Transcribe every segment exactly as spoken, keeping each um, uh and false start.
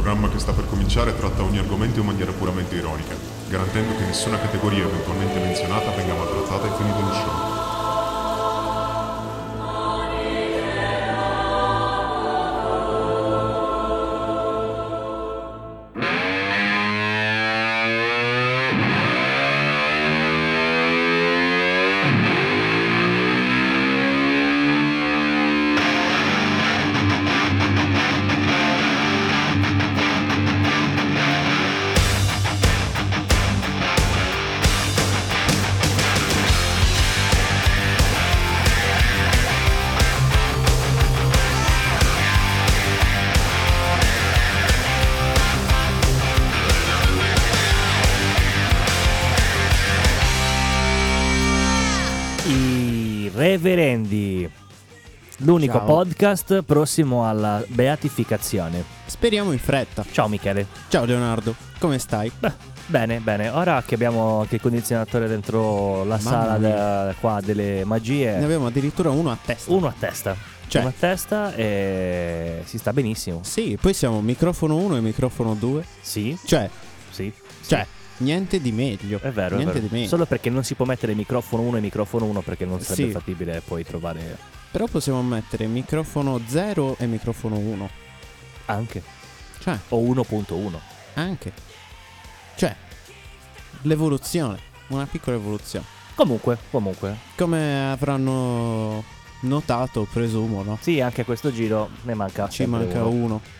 programma che sta per cominciare tratta ogni argomento in maniera puramente ironica, garantendo che nessuna categoria eventualmente menzionata venga maltrattata ai fini dello show. Reverendi, l'unico Ciao. podcast prossimo alla beatificazione. Speriamo in fretta. Ciao Michele. Ciao Leonardo, come stai? Beh, bene, bene. Ora che abbiamo anche il condizionatore dentro la Mamma sala mia. de- qua delle Ne magie, abbiamo addirittura uno a testa. uno a testa. Cioè. Uno a testa e si sta benissimo. Sì, poi siamo microfono uno e microfono due. Sì, Cioè, sì. cioè, niente di meglio. È vero, è niente vero. di meglio. Solo perché non si può mettere microfono uno e microfono uno perché non sarebbe Sì. fattibile poi trovare Però possiamo mettere microfono zero e microfono uno. anche. Cioè, O uno punto uno. anche. Cioè, l'evoluzione. Una piccola evoluzione. Comunque, comunque. Come avranno notato, presumo, no? Sì, anche a questo giro ne manca Ci sempre manca uno. uno.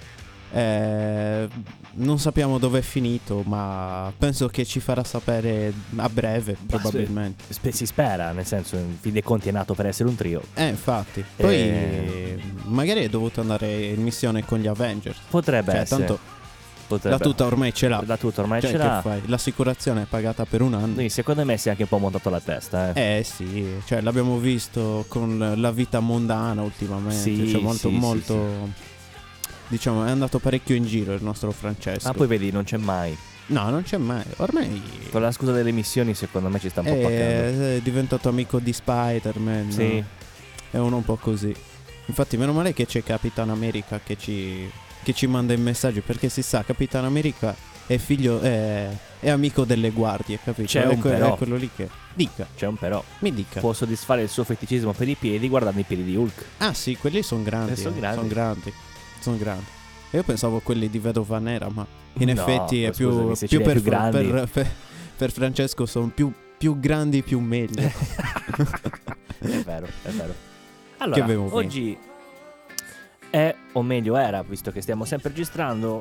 Eh, non sappiamo dove è finito, ma penso che ci farà sapere a breve, probabilmente. Spe- si spera, nel senso, in fin dei conti è nato per essere un trio. Eh, infatti. Poi Eh. magari è dovuto andare in missione con gli Avengers. Potrebbe Cioè, essere. tanto Potrebbe. la tuta ormai ce l'ha. La tuta ormai Cioè, ce che l'ha. fai? L'assicurazione è pagata per un anno. Quindi secondo me si è anche un po' montato la testa, eh. Eh sì, cioè l'abbiamo visto con la vita mondana ultimamente. Sì, Cioè, molto, sì, sì, molto. Diciamo, è andato parecchio in giro il nostro Francesco. Ah, poi vedi, non c'è mai. No, non c'è mai. Ormai Con la scusa delle missioni, secondo me ci sta un po' paccando. è, è diventato amico di Spider-Man. Sì. no? È uno un po' così. Infatti, meno male che c'è Capitan America che ci, che ci manda i messaggi. Perché si sa, Capitan America è figlio. È, è amico delle guardie, capito? C'è è, un que- però. è quello lì che. Dica, C'è un però. mi dica. Può soddisfare il suo feticismo per i piedi guardando i piedi di Hulk. Ah, sì, quelli sono grandi. Eh, son eh, grandi. Sono grandi. Sono grandi. Io pensavo quelli di Vedova Nera, ma in No, effetti è ma più, scusami, se più ce li hai per, più grandi. per, per, per Francesco sono più, più grandi, più meglio. È vero, è vero. Allora, avevo vinto? oggi è, o meglio era, visto che stiamo sempre registrando,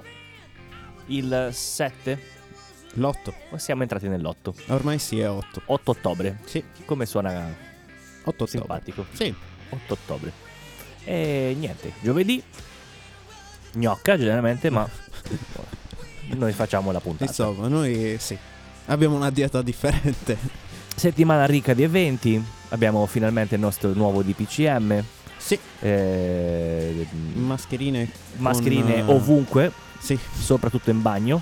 il sette, L'otto. o siamo entrati nell'otto. Ormai sì, è otto. otto ottobre. Sì, Come suona otto ottobre. simpatico. Sì. otto ottobre. E niente, giovedì gnocca generalmente, ma noi facciamo la puntata. Insomma, noi sì. Abbiamo una dieta differente. Settimana ricca di eventi. Abbiamo finalmente il nostro nuovo D P C M. Sì. eh, Mascherine. mascherine con, eh, ovunque, Sì. soprattutto in bagno.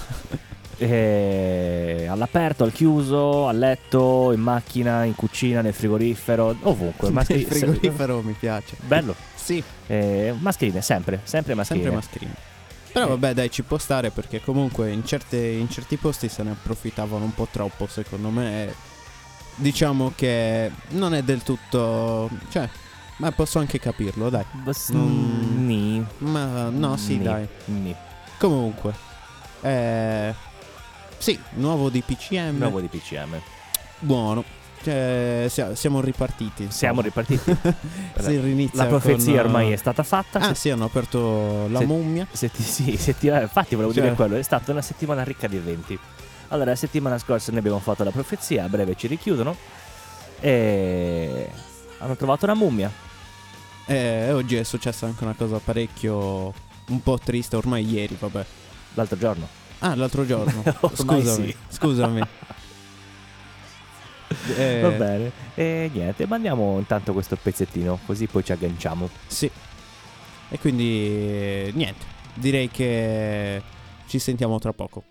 Eh, all'aperto, al chiuso, a letto, in macchina, in cucina, nel frigorifero, ovunque. Il Mascheri- frigorifero mi piace. Bello. Sì, Eh, mascherine, sempre, sempre mascherine. sempre mascherine. Però Eh. vabbè, dai, ci può stare perché comunque in, certe, in certi posti se ne approfittavano un po' troppo, secondo me. e Diciamo che non è del tutto. Cioè, ma posso anche capirlo, dai. Bas- Mm. Ni. Ma no, sì, Ni. dai. Ni. Comunque, eh, sì, nuovo di P C M. Nuovo D P C M. Buono. Cioè, sia- siamo ripartiti. insomma. Siamo ripartiti. Si rinizia La profezia con, ormai è stata fatta. Ah, Se- sì, hanno aperto la se- mummia. setti- sì, settimana- infatti volevo Cioè- dire quello, è stata una settimana ricca di eventi. Allora, la settimana scorsa noi abbiamo fatto la profezia, a breve ci richiudono e hanno trovato una mummia. E oggi è successa anche una cosa parecchio un po' triste, ormai ieri, vabbè. L'altro giorno. Ah, l'altro giorno. Ormai Scusami, sì. scusami. Eh, Va bene. E niente, mandiamo intanto questo pezzettino, così poi ci agganciamo. Sì. E quindi eh, niente, direi che ci sentiamo tra poco.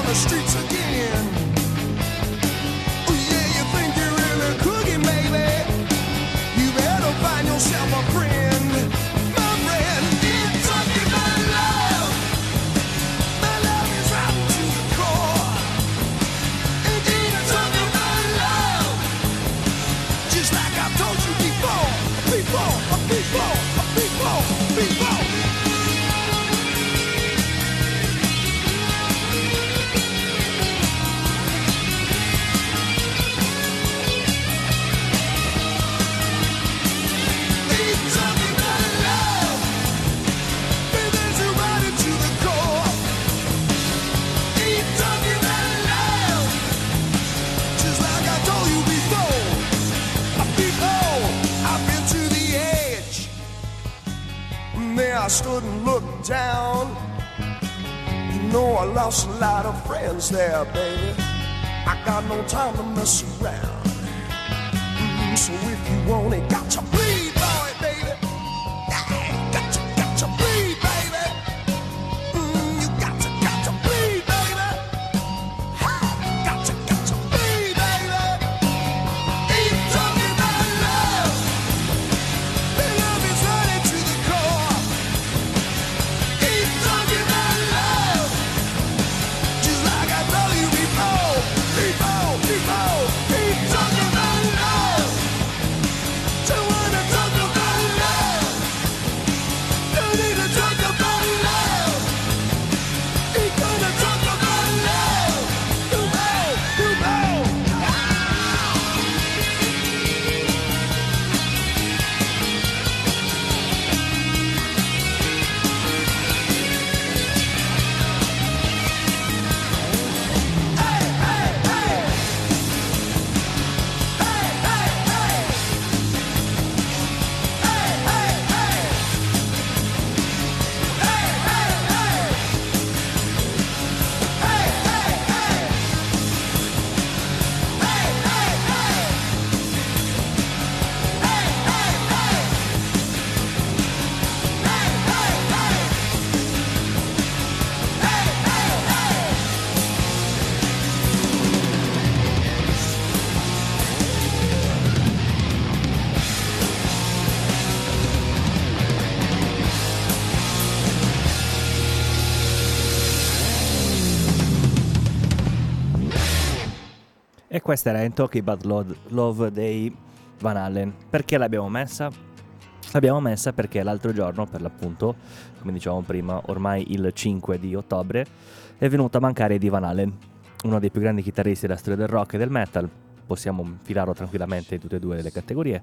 the streets again. Oh yeah, you think you're really cooking, baby? You better find yourself a friend, my friend. It's talking about love. My love is rotten to the core. Indeed, it's talking about love. Just like I told you before, before, before, before, before. I stood and looked down. You know I lost a lot of friends there, baby. I got no time to mess around. Mm, so if you want it, got to bleed, boy, baby. Yeah, got to, got to bleed, baby. Mm, you got to, got to bleed, baby. Ha, got to, got to bleed, baby. Ain't talking about love. The love is running to the core. Ain't talking about love. Just like I told you before, before, before. Ain't talking about love. Don't wanna talk about love. Don't need to talk about love. Ain't gonna talk about love. You know, you know. Hey, hey, hey. Hey, hey, hey. Hey, hey, hey. Hey, hey, hey. Hey, hey, hey. Hey, hey, hey. Hey, hey, hey. Hey, hey, hey. Hey, hey, hey. E questa era In Talking About Lo- Love dei Van Halen. Perché l'abbiamo messa? L'abbiamo messa perché l'altro giorno, per l'appunto, come dicevamo prima, ormai il cinque di ottobre, è venuto a mancare Eddie Van Halen, uno dei più grandi chitarristi della storia del rock e del metal. Possiamo infilarlo tranquillamente in tutte e due le categorie.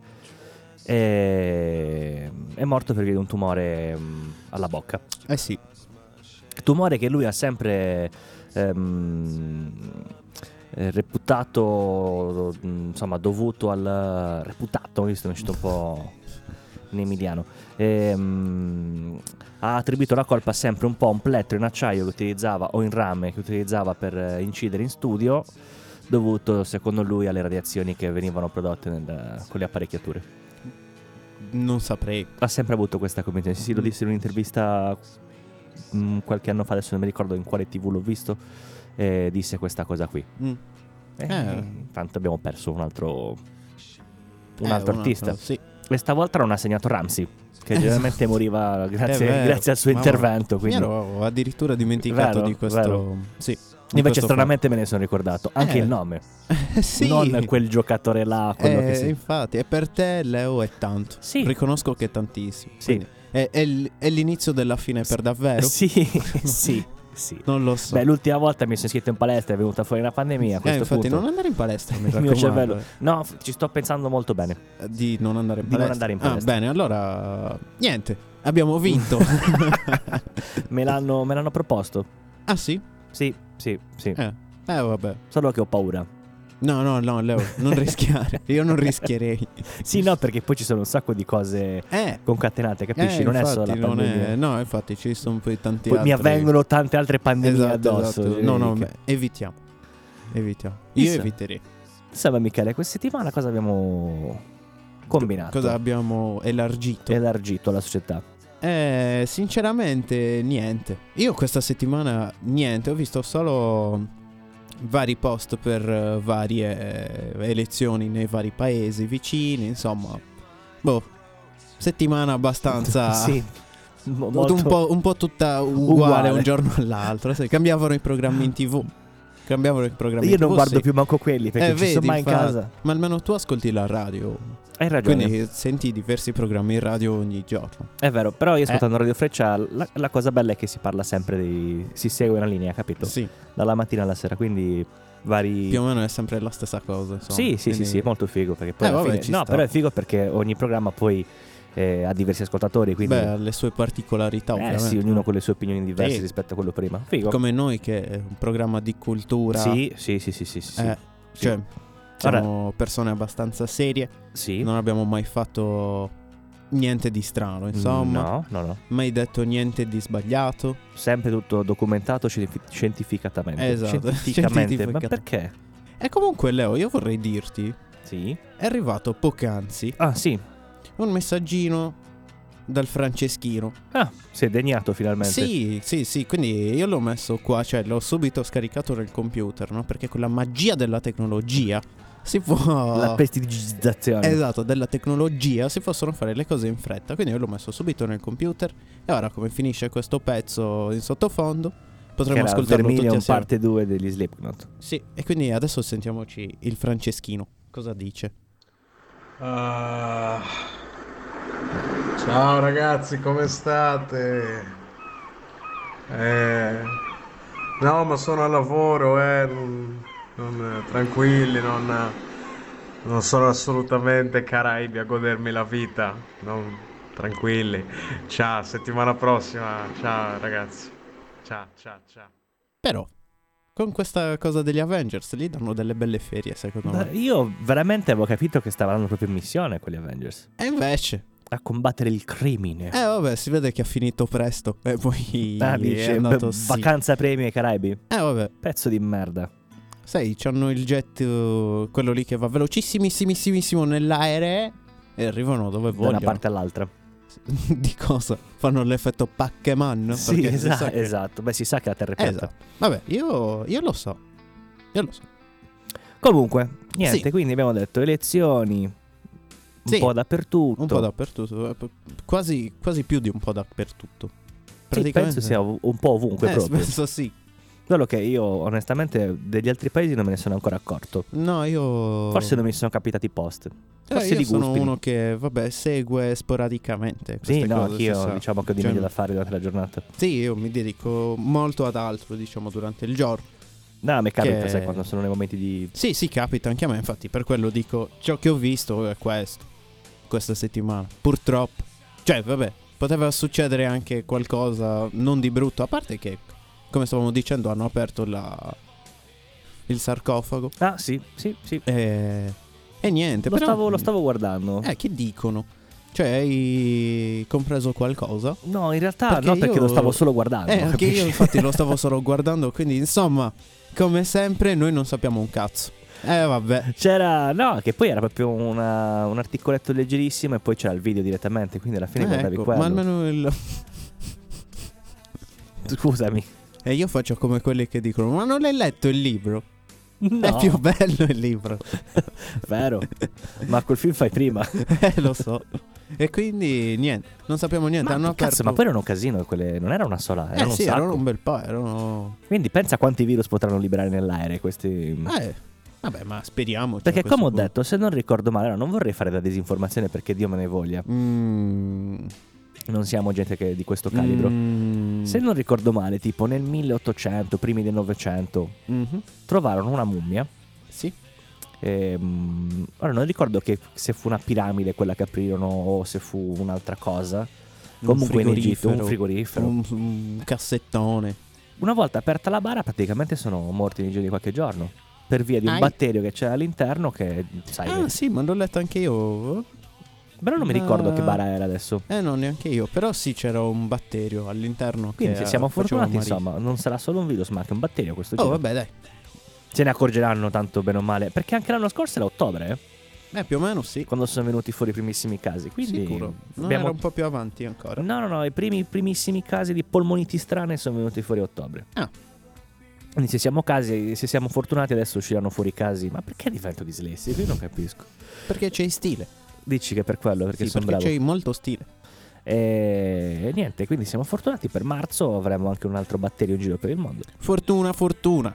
E... è morto per via di un tumore mm, alla bocca. Eh sì. Tumore che lui ha sempre ehm, eh, reputato, mh, insomma, dovuto al reputato, visto mi è uscito un po' in emiliano, ehm, ha attribuito la colpa sempre un po' a un plettro in acciaio che utilizzava, o in rame che utilizzava per eh, incidere in studio, dovuto secondo lui alle radiazioni che venivano prodotte nel, con le apparecchiature. Non saprei. Ha sempre avuto questa convinzione. Sì, sì, lo disse in un'intervista mh, qualche anno fa, adesso non mi ricordo in quale tivù l'ho visto, e disse questa cosa qui. Mm. E Eh. Tanto abbiamo perso un altro un Eh, altro un artista. altro, sì. E stavolta non ha segnato Ramsey, che generalmente moriva grazie, È vero. grazie al suo Mamma, intervento. Quindi... Mi ero addirittura dimenticato Vero, di questo. vero. Sì. di Invece questo stranamente me ne sono ricordato anche Eh. il nome, fatto. sì. non quel giocatore là, quello Eh, che si... Infatti, e per te Leo è tanto. Sì. Riconosco che è tantissimo. Sì. Quindi È, è l- è l'inizio della fine per davvero? Sì, sì, sì. Non lo so. Beh, l'ultima volta mi sono iscritto in palestra, è venuta fuori la pandemia. A eh, questo infatti punto non andare in palestra, mi il mio raccomando. cervello... No, f- ci sto pensando molto bene. Eh, Di non andare in Di non palestra. andare in palestra. Ah, bene, allora niente, abbiamo vinto. Me l'hanno, me l'hanno proposto. Ah sì? Sì, sì, sì. Eh. eh vabbè. Solo che ho paura. No, no, no, Leo, non rischiare. Io non rischierei. Sì, no, perché poi ci sono un sacco di cose Eh. concatenate, capisci? Eh, non è infatti, solo la non pandemia. è- No, infatti ci sono poi tanti Poi altri. mi avvengono tante altre pandemie Esatto, addosso. esatto. direi No, no, che- beh, evitiamo. Evitiamo. Io Chissà. eviterei. Insomma, Michele, questa settimana cosa abbiamo combinato? Cosa abbiamo elargito? Elargito alla società? Eh, sinceramente niente. Io questa settimana niente, ho visto solo vari post per eh, varie eh, elezioni nei vari paesi vicini, insomma. Boh, settimana abbastanza Sì, mo- molto- un, po', un po' tutta uguale, Uguale. un giorno all'altro. Sì, cambiavano i programmi in tv. Cambiavano i programmi Io in tv. non guardo sì. più manco quelli perché Eh, non ci vedi, sono mai in infatti. casa. Ma almeno tu ascolti la radio. Hai ragione. Quindi senti diversi programmi in radio ogni giorno. È vero, però io Eh. ascoltando Radio Freccia la, la cosa bella è che si parla sempre di... si segue una linea, capito? Sì, Dalla mattina alla sera, quindi vari... più o meno è sempre la stessa cosa, insomma. Sì, sì, sì, Quindi- sì, molto figo perché poi Eh, alla vabbè, fine- ci No, sta. però è figo perché ogni programma poi eh, ha diversi ascoltatori, quindi Beh, ha le sue particolarità, eh ovviamente. sì, ognuno con le sue opinioni diverse Sì. rispetto a quello prima. Figo. Come noi che è un programma di cultura. Sì, sì, sì, sì, sì, sì. Eh, Sì. cioè, siamo persone abbastanza serie. Sì. Non abbiamo mai fatto niente di strano, insomma. No, no, no. Mai detto niente di sbagliato. Sempre tutto documentato scientifi- scientificatamente. Esatto, Scientificamente. Ma scientificamente. perché? E comunque, Leo, io vorrei dirti: Sì. è arrivato poc'anzi Ah, sì. un messaggino dal Franceschino. Ah, si è degnato finalmente. Sì, sì, sì, quindi io l'ho messo qua, cioè l'ho subito scaricato nel computer, no? Perché con la magia della tecnologia si può... La pesticizzazione. Esatto, della tecnologia si possono fare le cose in fretta. Quindi io l'ho messo subito nel computer. E ora come finisce questo pezzo in sottofondo potremo Che era ascoltarlo tutti Vermilion assieme. parte due degli Slipknot. Sì, e quindi adesso sentiamoci il Franceschino. Cosa dice? Ah, ciao ragazzi, come state? Eh, no, ma sono al lavoro, eh, non- non- tranquilli, non, non sono assolutamente Caraibi a godermi la vita, non- tranquilli. Ciao, settimana prossima, ciao ragazzi, ciao, ciao, ciao. Però con questa cosa degli Avengers gli danno delle belle ferie, secondo Beh, me. io veramente avevo capito che stavano proprio in missione quelli Avengers. E invece, A combattere il crimine. eh vabbè, si vede che ha finito presto. E poi Ah, è dice, andato b- sì. vacanza premi ai Caraibi. Eh vabbè, Pezzo di merda. sai, c'hanno il jet, uh, quello lì che va velocissimissimo nell'aereo e arrivano dove Da una vogliono. parte all'altra. Di cosa? Fanno l'effetto Pac-Man? Sì, Perché si esa- sa che- esatto. Beh, si sa che la terra è piatta. Esatto. Vabbè, io, io lo so. Io lo so. Comunque, niente, Sì. quindi abbiamo detto elezioni un Sì, po' dappertutto. Un po' dappertutto. eh, p- Quasi, quasi più di un po' dappertutto. Sì, penso sia ov- un po' ovunque eh, proprio. penso sì. Quello che io onestamente degli altri paesi non me ne sono ancora accorto. No, io. Forse non mi sono capitati post. Eh, Forse io di sono gusti. uno che, vabbè, segue sporadicamente. Sì, queste no, cose, si anch'io sa. diciamo che ho di Cioè, meglio da fare durante la giornata. Sì, io mi dedico molto ad altro, diciamo, durante il giorno. No, mi capita, Che- sai, quando sono nei momenti di... Sì, sì, capita anche a me, infatti, per quello dico, ciò che ho visto è questo, questa settimana. Purtroppo. Cioè, vabbè, poteva succedere anche qualcosa non di brutto, a parte che, come stavamo dicendo, hanno aperto la... il sarcofago. Ah, sì, sì, sì. E, e niente, Lo però... stavo, lo stavo guardando. Eh, che dicono? Cioè, hai compreso qualcosa? No, in realtà Perché no, perché io- lo stavo solo guardando. Eh, anche io capisci? infatti lo stavo solo guardando, quindi insomma, come sempre, noi non sappiamo un cazzo. Eh, vabbè. C'era, no, che poi era proprio una- un articoletto leggerissimo e poi c'era il video direttamente, quindi alla fine Eh, guardavi ecco, quello. ma almeno il... Scusami. E io faccio come quelli che dicono, ma non l'hai letto il libro? No, È più bello il libro. vero. Ma quel film fai prima. Eh, lo so. E quindi niente, non sappiamo niente. Ma, Hanno cazzo, aperto... ma poi erano un casino quelle, non era una sola, Eh erano sì, un sacco. erano un bel po', erano... Quindi pensa quanti virus potranno liberare nell'aereo questi. Eh, vabbè, ma speriamo. Perché come ho detto, se non ricordo male, ora non vorrei fare da disinformazione perché Dio me ne voglia. Mm, Non siamo gente che di questo calibro. mm, Se non ricordo male, tipo nel milleottocento, primi del novecento, mhm, trovarono una mummia. sì. Ehm, ora non ricordo che se fu una piramide quella che aprirono o se fu un'altra cosa. Comunque in Egitto, un frigorifero. Un, un cassettone. Una volta aperta la bara, praticamente sono morti nel giro di qualche giorno. Per via di un Ai. batterio che c'era all'interno che, sai, Ah sì, ma l'ho letto anche io. però non mi Ma- ricordo che bara era adesso. Eh no, neanche io. Però sì, c'era un batterio all'interno. Quindi che se siamo faceva fortunati, morire. insomma, non sarà solo un virus, ma anche un batterio questo Oh giro. vabbè, dai. Se ne accorgeranno tanto bene o male. Perché anche l'anno scorso era ottobre, eh? Eh, più o meno sì. quando sono venuti fuori i primissimi casi. Quindi Sicuro. Non abbiamo- era un po' più avanti ancora. No, no, no, i primi primissimi casi di polmoniti strane sono venuti fuori a ottobre. Ah. Quindi se siamo casi, se siamo fortunati adesso usciranno fuori i casi. Ma perché divento dislessico? Io non capisco. Perché c'hai stile. Dici che per quello, perché Sì, sono perché bravo. c'hai molto stile. E... e niente, quindi siamo fortunati. Per marzo avremo anche un altro batterio in giro per il mondo. Fortuna, fortuna.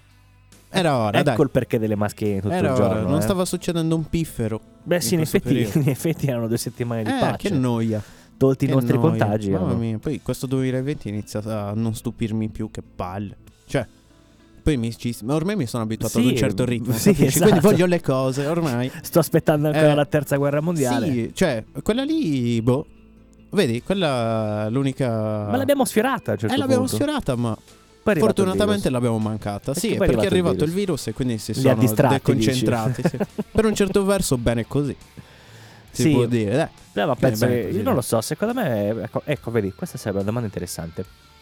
Era ora, Ecco dai. il perché delle mascherine tutto Era il ora, giorno. non eh. stava succedendo un piffero. Beh sì, in in questo effetti, periodo. in effetti erano due settimane di Eh, pace. che noia. Tolti i Che nostri noia. contagi. Mamma erano- mia, poi questo duemilaventi inizia a non stupirmi più, che palle. Cioè, poi mi, ci, ma ormai mi sono abituato Sì, ad un certo ritmo, sì, capisci? Quindi esatto. voglio le cose, ormai. Sto aspettando ancora Eh, la terza guerra mondiale. Sì, cioè, quella lì, boh. Vedi, quella l'unica. Ma l'abbiamo sfiorata a un certo Eh, l'abbiamo punto. sfiorata, ma Poi è arrivato il fortunatamente virus. l'abbiamo mancata. Perché Sì, poi è perché è arrivato il arrivato il virus. virus e quindi si Li ha sono distratti, deconcentrati. dici. Sì. Per un certo verso, bene così. Si Sì. può dire, dai. Beh, ma penso bene che, così, io non lo so, secondo me, ecco, ecco, vedi, questa sarebbe una domanda interessante.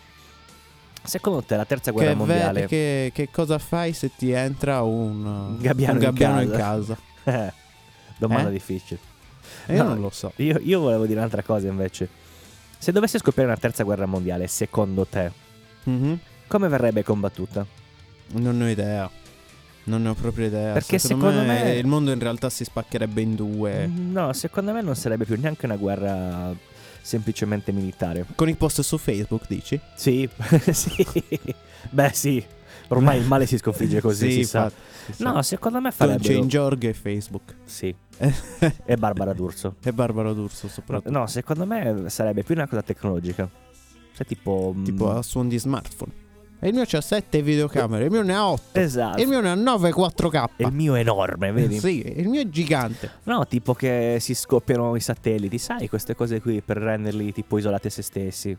Secondo te la terza guerra Che, ve- mondiale che, che cosa fai se ti entra un, Un gabbiano un in gabbiano in casa? casa? Eh, domanda Eh? difficile. E io No. non lo so. Io, io volevo dire un'altra cosa invece. Se dovesse scoppiare una terza guerra mondiale, secondo te, Mhm. come verrebbe combattuta? Non ne ho idea. Non ne ho proprio idea. Perché secondo me- il mondo in realtà si spaccherebbe in due. No, secondo me non sarebbe più neanche una guerra semplicemente militare. Con i post su Facebook, dici? Sì, sì. Beh, sì. Ormai il male si sconfigge così, si sa. infatti, si sa. No, secondo me C'è farebbero... in Giorgio e Facebook. Sì. E Barbara D'Urso. E Barbara D'Urso soprattutto. No, secondo me sarebbe più una cosa tecnologica. Cioè tipo... Tipo mm, a suon di smartphone. E il mio c'ha sette videocamere, il mio ne ha otto. Esatto. E il mio ne ha nove quattro K. E il mio è enorme, vedi? Sì, il mio è gigante. No, tipo che si scoppiano i satelliti, sai, queste cose qui per renderli tipo isolati a se stessi.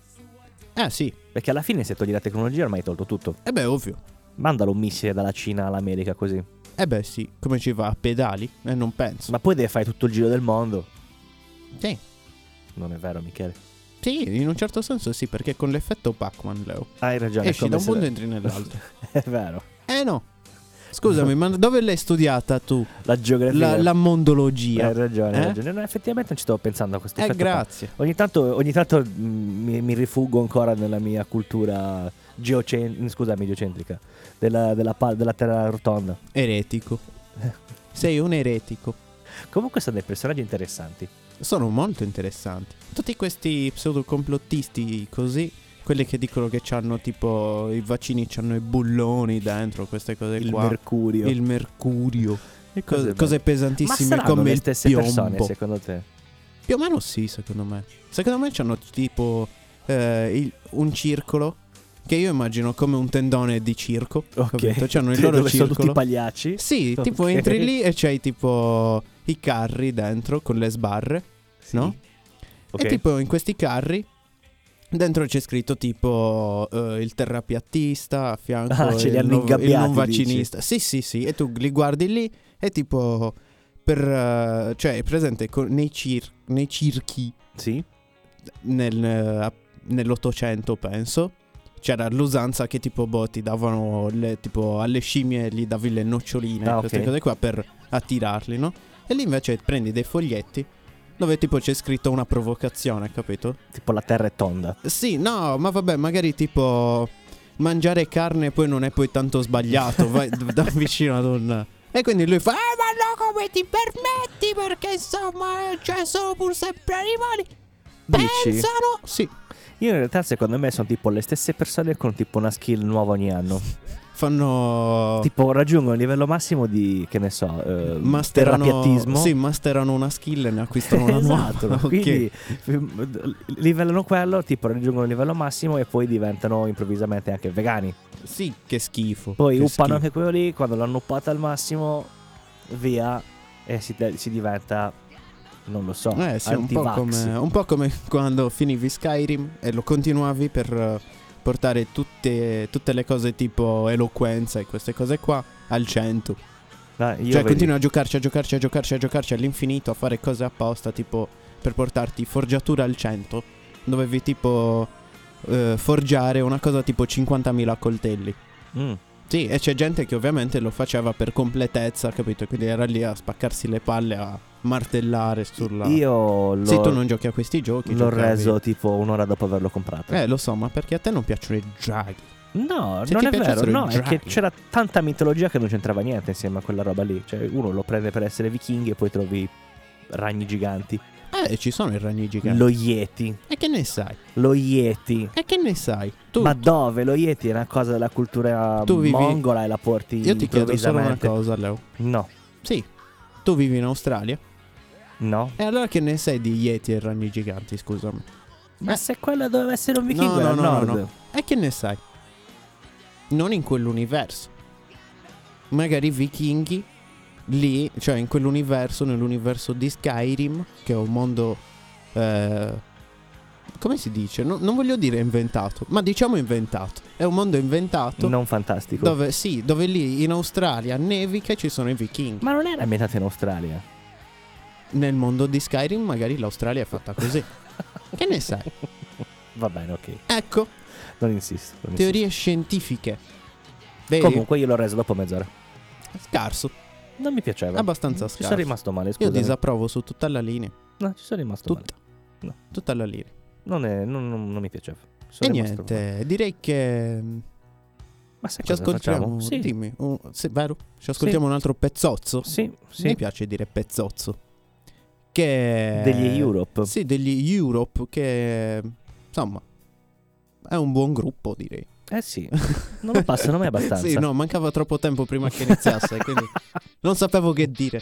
Eh sì, Perché alla fine se togli la tecnologia ormai hai tolto tutto. e beh ovvio. Mandalo un missile dalla Cina all'America così. Eh beh sì, come ci va? A pedali? Eh non penso. Ma poi deve fare tutto il giro del mondo. Sì. Non è vero, Michele? Sì, in un certo senso sì, perché con l'effetto Pac-Man, Leo. Hai ragione. Esci come da un se- mondo e entri nell'altro. È vero. Eh no. Scusami, ma dove l'hai studiata tu? La geografia. La, la mondologia. Hai ragione, hai Eh? ragione. No, effettivamente non ci stavo pensando a questo Eh, effetto qua. grazie. Ogni tanto, ogni tanto mm, mi, mi rifuggo ancora nella mia cultura geocen- scusami, geocentrica. Della, della, pa- della terra rotonda. Eretico. Sei un eretico. Comunque sono dei personaggi interessanti. Sono molto interessanti. Tutti questi pseudo-complottisti così, quelli che dicono che hanno tipo i vaccini, c'hanno i bulloni dentro, queste cose Il qua. mercurio. Il mercurio. E Co- cose cose belle. Ma pesantissime saranno come le il stesse piombo. persone secondo te? Più o meno sì, secondo me. Secondo me c'hanno tipo eh, il- un circolo che io immagino come un tendone di circo. Capito? C'hanno il Cioè, loro dove sono circolo. tutti pagliacci. Sì, Ok. tipo entri lì e c'hai tipo i carri dentro con le sbarre, Sì. no? Ok. E tipo in questi carri dentro c'è scritto tipo eh, il terrapiattista, a fianco Ah, ce li il, hanno non- il ingabbiati, non vaccinista. Sì, sì, sì, e tu li guardi lì e tipo per eh, cioè è presente co- nei, cir- nei circhi Sì. nel, eh, nell'Ottocento penso. C'era l'usanza che tipo boh, ti davano le, tipo alle scimmie gli davi le noccioline, Ah, queste ok. cose qua per attirarli, no? E lì invece prendi dei foglietti dove tipo c'è scritto una provocazione, capito? Tipo la terra è tonda. Sì, no, ma vabbè, magari tipo mangiare carne poi non è poi tanto sbagliato, vai d- da vicino ad un... E quindi lui fa, eh ma no, come ti permetti? Perché insomma, cioè sono pur sempre animali. Dici? Pensano... Sì, Io in realtà secondo me sono tipo le stesse persone con tipo una skill nuova ogni anno. fanno... Tipo raggiungono il livello massimo di, che ne so, eh, masterano... terrapiattismo. Sì, masterano una skill e ne acquistano una nuova. Esatto, Ok. quindi f- livellano quello, tipo raggiungono il livello massimo e poi diventano improvvisamente anche vegani. Sì, che schifo. Poi che uppano schifo. anche quello lì, quando l'hanno uppata al massimo, via, e si, si diventa, non lo so, Eh sì, un po' anti-vax. come, un po' come quando finivi Skyrim e lo continuavi per eh, portare tutte, tutte le cose tipo eloquenza e queste cose qua al cento. Dai, io Cioè vedi- continui a giocarci, a giocarci, a giocarci, a giocarci all'infinito, a fare cose apposta tipo per portarti forgiatura al cento. Dovevi tipo eh, forgiare una cosa tipo cinquantamila coltelli. Mm. Sì, e c'è gente che ovviamente lo faceva per completezza, capito? Quindi era lì a spaccarsi le palle, a martellare sulla... Io l'ho, Se tu non giochi a questi giochi, l'ho giocavi- reso tipo un'ora dopo averlo comprato. Eh, lo so, ma perché a te non piacciono i draghi? No, Se non ti è vero, piacessero i no, è che draghi. c'era tanta mitologia che non c'entrava niente insieme a quella roba lì. Cioè, uno lo prende per essere vichinghi e poi trovi ragni giganti. Eh, ci sono i ragni giganti. Lo Yeti, E che ne sai? lo Yeti. E che ne sai? Tu, Ma dove? Lo Yeti è una cosa della cultura Tu vivi- mongola e la porti io ti chiedo solo una improvvisamente. cosa, Leo. No, Sì, tu vivi in Australia? no. E allora che ne sai di Yeti e ragni giganti, scusami? Ma Eh. se quello doveva essere un vichingo No, era no, al no, no, nord. no. E che ne sai? Non in quell'universo. Magari i vichinghi lì, cioè in quell'universo, nell'universo di Skyrim, che è un mondo eh, come si dice? No- non voglio dire inventato, ma diciamo inventato. È un mondo inventato Non fantastico. dove sì, dove lì in Australia nevica e ci sono i vichinghi. Ma non era ambientato in Australia. Nel mondo di Skyrim magari l'Australia è fatta così. Che ne sai? Va bene, ok. Ecco, Non insisto. non insisto. teorie scientifiche. Vedi? Comunque io l'ho reso dopo mezz'ora. Scarso, Non mi piaceva. abbastanza Ci sono scarso. rimasto male, Io scusa. disapprovo su tutta la linea. No, ci sono rimasto Tutta. male. No. Tutta la linea. Non, è, non, non- non mi piaceva. Sono E rimasto- niente, direi che Ma sai ci cosa ascoltiamo. facciamo? Sì. Dimmi, un- sì, vero? Ci ascoltiamo un altro pezzozzo. Sì, sì. Mi piace dire pezzozzo. Che Degli Europe. Sì, degli Europe che insomma è un buon gruppo, direi. Eh sì. Non lo passano mai abbastanza. Sì, no, mancava troppo tempo prima che iniziasse, quindi non sapevo che dire.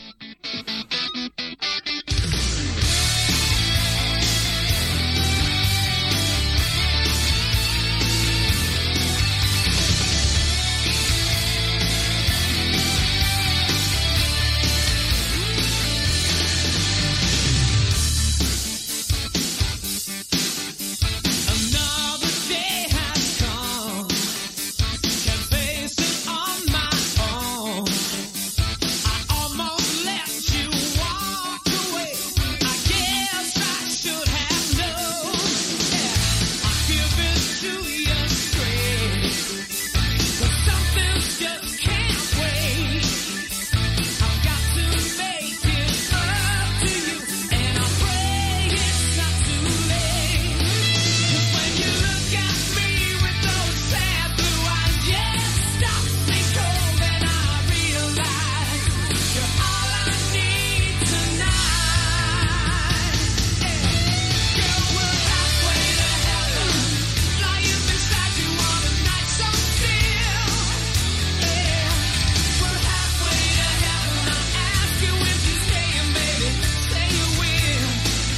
Another day has come. Can't face it on my own. I almost let you walk away. I guess I should have known. Yeah, I give it to you straight. 'Cause some things just can't wait. I've got to make it up to you, and I pray it's not too late. When you look at me with those sad blue eyes, yeah, stop me cold and I realize you're all I need tonight. Girl, we're halfway to heaven, lying beside you on a night so still. Yeah, we're halfway to heaven. I ask you if you're staying, baby, say you will.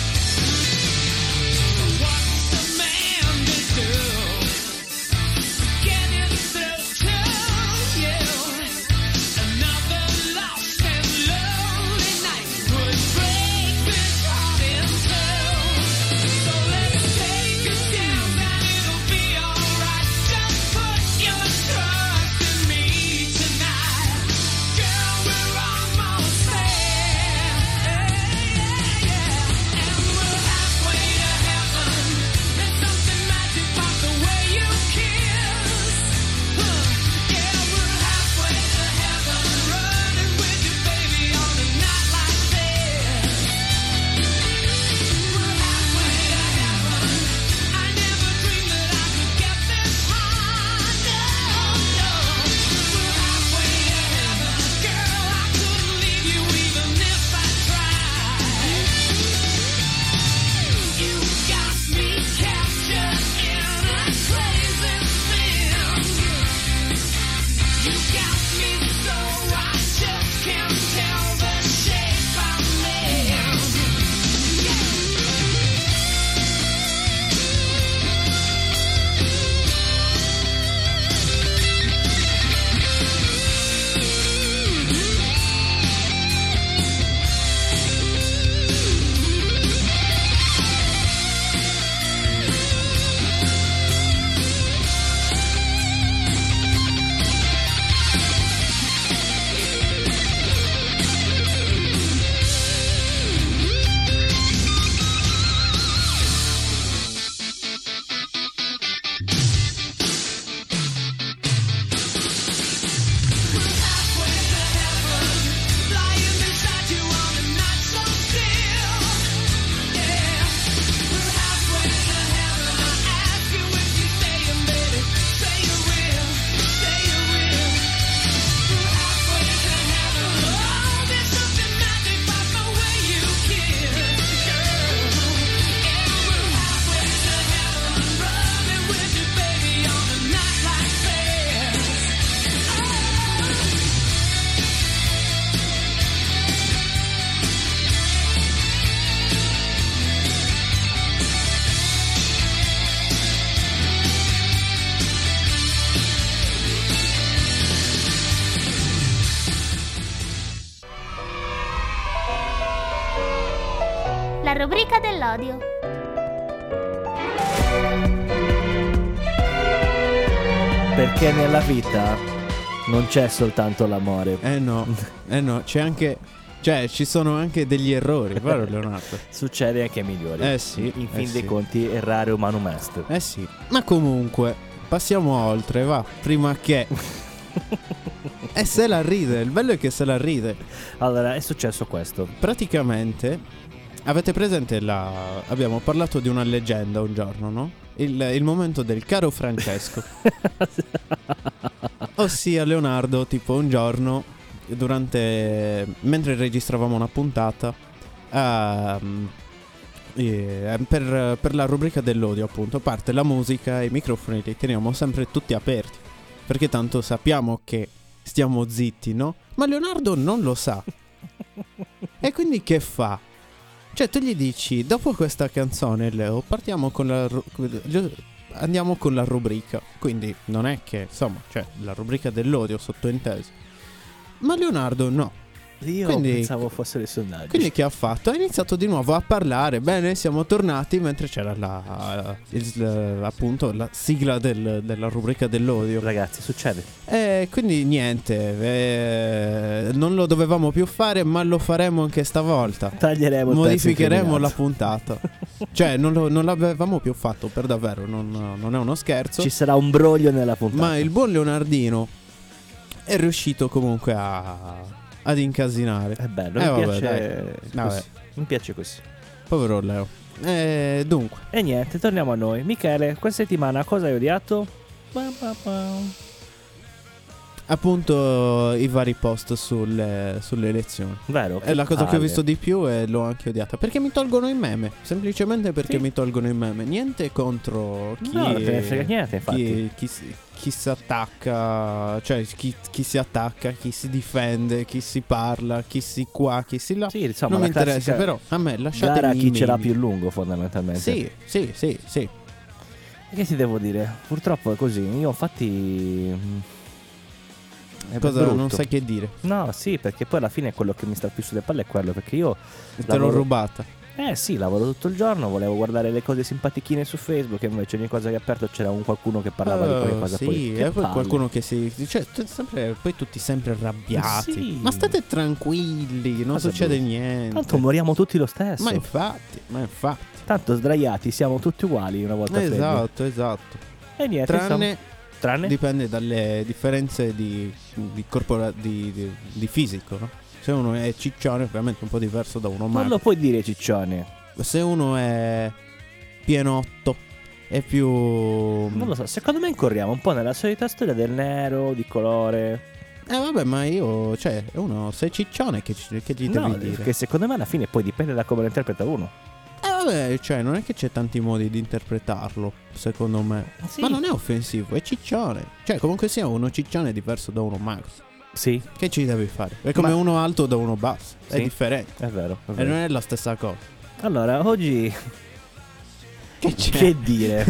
What's a man to do? Get it through to you. Another lost and lonely night would break this heart in two. So let's take a chance and it'll be alright. Just put your trust in me tonight. Girl, we're almost there. And we're halfway to heaven. There's something magic about the way you kiss. Huh. Yeah, we're halfway to heaven. Running with you, baby, on a night like this. We're halfway to heaven. I never dreamed that I could get this high. No, no. We're halfway to heaven. Girl, I couldn't leave you even if I tried. You got me captured in a crazy spin. You got me so I just can't tell the shape I'm in. rubrica dell'odio. Perché nella vita non c'è soltanto l'amore. Eh no, eh no, c'è anche, cioè ci sono anche degli errori, vero Leonardo? Succede anche ai migliori. Eh sì, In fin eh dei sì. conti, errare umanum est. Eh sì, ma comunque passiamo oltre, va, prima che... E se la ride, il bello è che se la ride. Allora, è successo questo. Praticamente, avete presente la... abbiamo parlato di una leggenda un giorno, no? Il, il momento del caro Francesco. Ossia Leonardo, tipo un giorno, durante... mentre registravamo una puntata, ehm, eh, per, per la rubrica dell'odio appunto, parte la musica e i microfoni li teniamo sempre tutti aperti, perché tanto sappiamo che stiamo zitti, no? Ma Leonardo non lo sa. E quindi che fa? Cioè tu gli dici, dopo questa canzone Leo, partiamo con la ru- andiamo con la rubrica. Quindi non è che, insomma, cioè la rubrica dell'odio sottointeso. Ma Leonardo no. Io Quindi- pensavo fossero i sondaggi. Quindi che ha fatto? Ha iniziato di nuovo a parlare. Bene, siamo tornati mentre c'era la, il- appunto la sigla del- della rubrica dell'odio. Ragazzi, succede. E quindi niente, eh, non lo dovevamo più fare, ma lo faremo anche stavolta. Taglieremo il pezzo Modificheremo la incriminato. puntata. Cioè non, lo- non l'avevamo più fatto, per davvero, non, non è uno scherzo. Ci sarà un broglio nella puntata. Ma il buon Leonardino è riuscito comunque a ad incasinare. È bello, Eh, mi vabbè, piace dai. Vabbè. così. Mi piace così. Povero Leo. Eh, dunque, E niente, torniamo a noi. Michele, questa settimana cosa hai odiato? Ba, ba, ba. appunto i vari post sulle, sulle elezioni. Vero? È la cosa che ho palle. visto di più e l'ho anche odiata. Perché mi tolgono i meme. Semplicemente perché Sì. mi tolgono i meme. Niente contro chi, No, non te ne frega niente, infatti. chi, chi, si- chi si attacca. Cioè chi, chi si attacca, chi si difende, chi si parla, chi si qua, chi si là. Sì, insomma, non la mi interessa, classica però a me lasciatemi gara a chi i ce l'ha meme. più lungo, fondamentalmente. Sì, sì, sì, sì. E che ti devo dire? Purtroppo è così. Io infatti mm, è Cosa brutto. non sai che dire? No, sì, perché poi alla fine quello che mi sta più sulle palle è quello. Perché io Te l'ho lavoro- rubata. Eh sì, lavoro tutto il giorno, volevo guardare le cose simpatichine su Facebook, e invece ogni cosa che ho aperto c'era un qualcuno che parlava di quelle Oh, cose sì, poi. Che e poi palle. qualcuno che si cioè, t- sempre, poi tutti sempre arrabbiati. Sì. Ma state tranquilli, non Cosa succede brutta. niente. Tanto moriamo tutti lo stesso. Ma infatti, ma infatti. Tanto sdraiati siamo tutti uguali una volta freddi. Esatto, esatto. E niente, Tranne, insomma, tranne dipende dalle differenze di, di, corpora- di, di, di fisico, no? Se uno è ciccione, ovviamente è un po' diverso da uno non magro. lo puoi dire ciccione. Se uno è pienotto, è più. Non lo so, secondo me incorriamo un po' nella solita storia del nero, di colore. Eh vabbè, ma io, cioè, uno, se è ciccione, che, ci- che gli No, devi dire? perché secondo me alla fine poi dipende da come lo interpreta uno. Eh vabbè, cioè, non è che c'è tanti modi di interpretarlo, secondo me. Sì. Ma non è offensivo, è ciccione. Cioè, comunque sia, uno ciccione è diverso da uno magro. Sì, Che ci devi fare? È come Ma- uno alto da uno basso. È Sì. differente. è vero. È E vero. non è la stessa cosa. Allora, oggi Che c'è? che dire?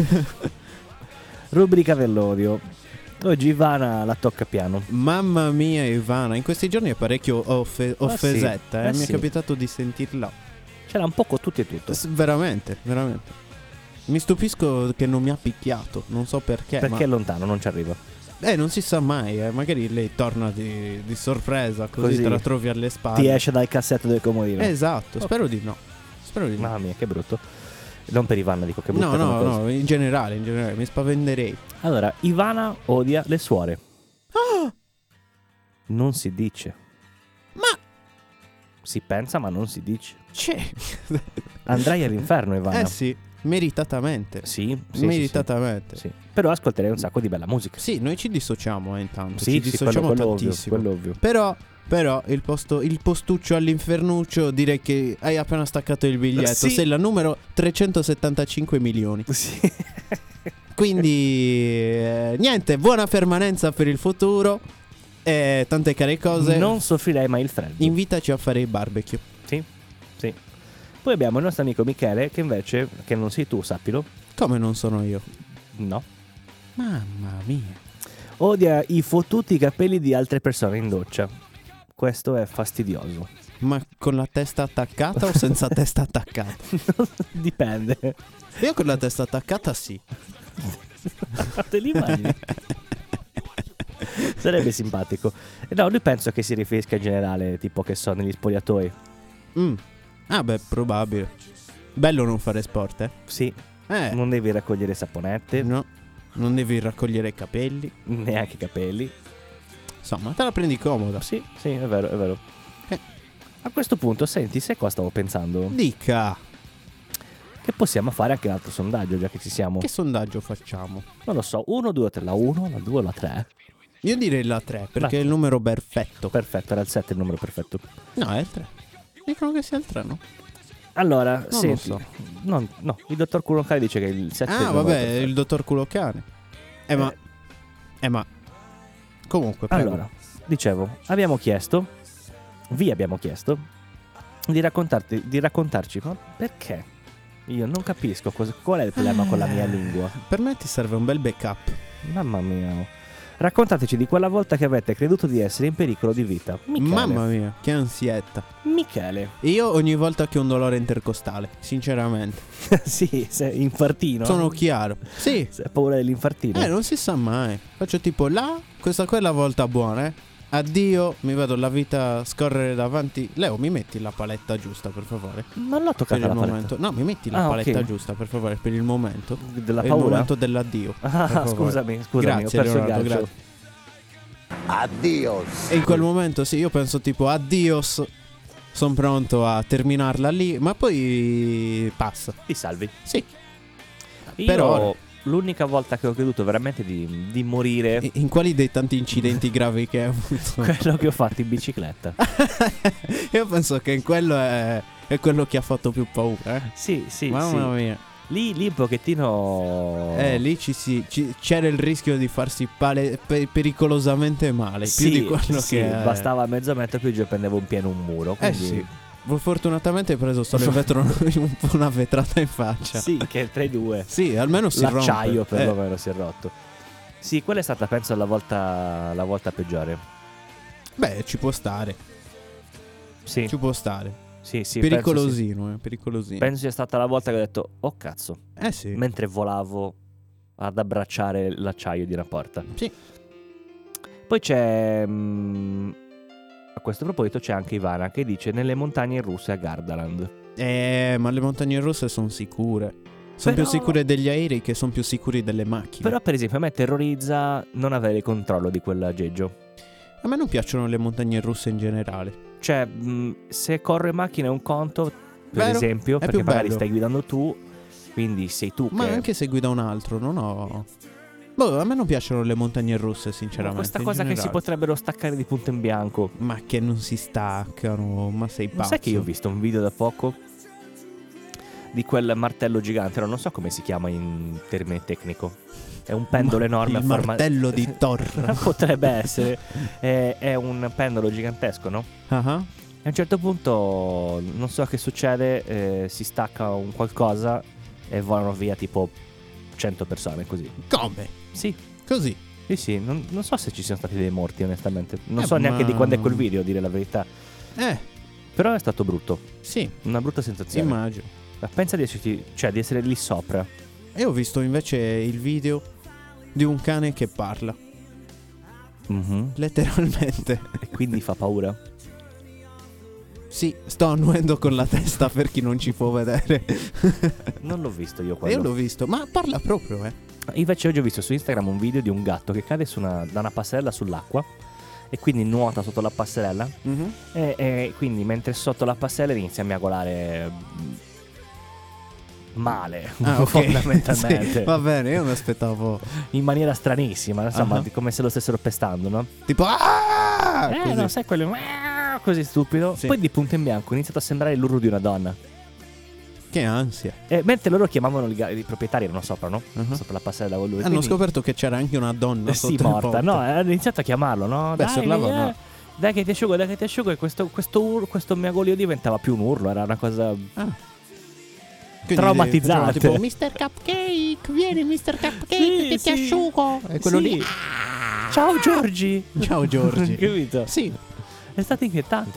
Rubrica dell'odio. Oggi Ivana la tocca piano. Mamma mia, Ivana, in questi giorni è parecchio offe- Ah, offesetta. sì. eh. Eh, Mi sì. è capitato di sentirla. C'era un poco tutti e tutto. S- veramente, veramente. Mi stupisco che non mi ha picchiato. Non so perché. Perché è ma... lontano, non ci arriva. Eh, non si sa mai. Eh. Magari lei torna di, di sorpresa. Così, Così. te la trovi alle spalle. Ti esce dal cassetto del comodino. Esatto, spero di no. Spero di no. Mamma mia, che brutto. Non per Ivana, dico che brutta No, come no, cosa. no, in generale, in generale, mi spaventerei. Allora, Ivana odia le suore. Ah! Non si dice. Ma Si pensa, ma non si dice. c'è. Andrai all'inferno, Ivana. Eh sì, meritatamente. Sì, sì, sì, meritatamente. sì, sì. Però ascolterei un sacco di bella musica. Sì, noi ci dissociamo eh, intanto. Sì, ci sì, dissociamo quello, quello ovvio, tantissimo. quello ovvio. Però, però il, posto, il postuccio all'infernuccio, direi che hai appena staccato il biglietto. Sì. Sei la numero trecentosettantacinque milioni. Sì. Quindi, eh, niente, buona permanenza per il futuro. E tante care cose. Non soffrirei mai il freddo. Invitaci a fare i barbecue. Sì, sì. Poi abbiamo il nostro amico Michele, che invece, che non sei tu, sappilo, Come non sono io? no, Mamma mia. odia i fottuti capelli di altre persone in doccia. Questo è fastidioso. Ma con la testa attaccata o senza testa attaccata? Dipende. Io con la testa attaccata sì. Te li immagini? Sarebbe simpatico. No, lui penso che si riferisca in generale, tipo che so, negli spogliatoi. Mm. Ah beh, probabile. Bello non fare sport, eh? Sì, Eh, non devi raccogliere saponette, no. Non devi raccogliere i capelli. neanche i capelli. Insomma, te la prendi comoda. Sì, sì, è vero, è vero. Eh. A questo punto, senti, sai cosa stavo pensando? Dica, Che possiamo fare anche un altro sondaggio, già che ci siamo. che sondaggio facciamo? Non lo so, uno, due, tre, la uno, la due, la tre. Io direi la tre, perché La- è il numero perfetto. Perfetto, era il sette il numero perfetto. No, è il tre. Dicono che sia il tre, no? Allora, lo senti, so. no, no, il dottor Culoncari dice che il sette è il Ah, numero vabbè, perfetto. il dottor Culocane. Eh, ma... Eh, ma... Comunque, prego. Allora, dicevo, abbiamo chiesto, vi abbiamo chiesto di raccontarti, di raccontarci, ma perché? Io non capisco cosa, qual è il problema con la mia lingua. Per me ti serve un bel backup. Mamma mia. Raccontateci di quella volta che avete creduto di essere in pericolo di vita. Michele. Mamma mia, che ansietta. Michele. Io ogni volta che ho un dolore intercostale, sinceramente. Sì, sei infartino. Sono chiaro. Sì. Se hai paura dell'infartino. Eh, non si sa mai. Faccio tipo là, questa qua è la volta buona, eh. Addio, mi vedo la vita scorrere davanti. Leo, mi metti la paletta giusta, per favore? Non l'ho Per toccata il la paletta. momento. No, mi metti la Ah, paletta ok. giusta, per favore, per il momento. Della È il paura? momento dell'addio. per Ah, favore. scusami, scusami, Grazie, ho perso Leonardo, il gancio. grazie. E in quel momento sì, io penso tipo addios. Sono pronto a terminarla lì, ma poi passa. Ti salvi. Sì. Io Per ora. l'unica volta che ho creduto veramente di, di morire, E- In quali dei tanti incidenti gravi che hai avuto? quello che ho fatto in bicicletta. Io penso che in quello è, è quello che ha fatto più paura, eh? Sì, sì, Mamma sì. mia. Lì, lì un pochettino. Eh, lì ci si, ci- c'era il rischio di farsi pale- pe- pericolosamente male. sì, più di quello sì, che. bastava mezzo metro più giù e prendevo un pieno un muro. Eh Quindi... sì. Fortunatamente hai preso solo il vetro, un po' una vetrata in faccia. Sì, che è tra i due. Sì, almeno si L'acciaio rompe. perlomeno si è rotto. Sì, quella è stata penso la volta, la volta peggiore. Eh, beh, ci può stare. Sì, Ci può stare. sì, sì. Pericolosino, eh, pericolosino. Penso, sia- penso sia stata la volta che ho detto, oh cazzo, eh sì. mentre volavo ad abbracciare l'acciaio di una porta. Sì. Poi c'è... mm, a questo proposito c'è anche Ivana che dice nelle montagne russe a Gardaland. Eh, ma le montagne russe sono sicure. Sono Però- più sicure degli aerei che sono più sicuri delle macchine. Però per esempio a me terrorizza non avere il controllo di quel aggeggio. A me non piacciono le montagne russe in generale. Cioè, mh, se corro in macchina è un conto, per Vero, esempio, è perché più magari bello. stai guidando tu, quindi sei tu Ma che... anche se guida un altro, non ho. Boh, a me non piacciono le montagne russe, Ma sinceramente. questa in cosa che si generale. potrebbero staccare di punto in bianco. Ma che non si staccano, ma sei Ma pazzo. sai che io ho visto un video da poco di quel martello gigante, no, non so come si chiama in termine tecnico. È un pendolo Ma- enorme il a forma martello di Thor. Potrebbe essere. È, è un pendolo gigantesco, no? Ah ah. E a un certo punto, non so che succede, eh, si stacca un qualcosa e volano via tipo cento persone così. Come? Sì, Così. sì, sì, non, non so se ci siano stati dei morti onestamente. Non Eh, so neanche ma- di quando è quel video, a dire la verità. Eh, Però è stato brutto, sì, una brutta sensazione. immagino. Ma pensa di esserci, cioè di essere lì sopra. E ho visto invece il video di un cane che parla. Mhm. Letteralmente. E quindi fa paura. Sì, sto annuendo con la testa per chi non ci può vedere. Non l'ho visto io E quello. io l'ho visto, ma parla proprio, eh. Invece oggi ho visto su Instagram un video di un gatto che cade su una, da una passerella sull'acqua e quindi nuota sotto la passerella Mhm. e, e quindi mentre è sotto la passerella inizia a miagolare mm, male Ah, ok. fondamentalmente Sì, va bene, io mi aspettavo in maniera stranissima, insomma, Ah. di- come se lo stessero pestando, no? tipo ah! eh Così. no, sai quello così stupido. Sì. Poi di punto in bianco è iniziato a sembrare l'urlo di una donna. Che ansia. E mentre loro chiamavano il ga- i proprietari erano sopra, no? Uh-huh. Sopra la passerella con lui. Hanno Quindi- scoperto che c'era anche una donna Eh sotto sì, il morta. ponte. No, hanno iniziato a chiamarlo, no? Beh, dai, se urlava, eh, no. dai che ti asciugo, dai che ti asciugo. E questo, questo, ur- questo miagolio diventava più un urlo, era una cosa Ah. Quindi traumatizzante. facevano tipo mister Cupcake, vieni mister Cupcake Sì, che sì. ti asciugo. E quello Sì. lì. Ciao Giorgi. Ciao Giorgi. Capito? Sì. È stato inquietante.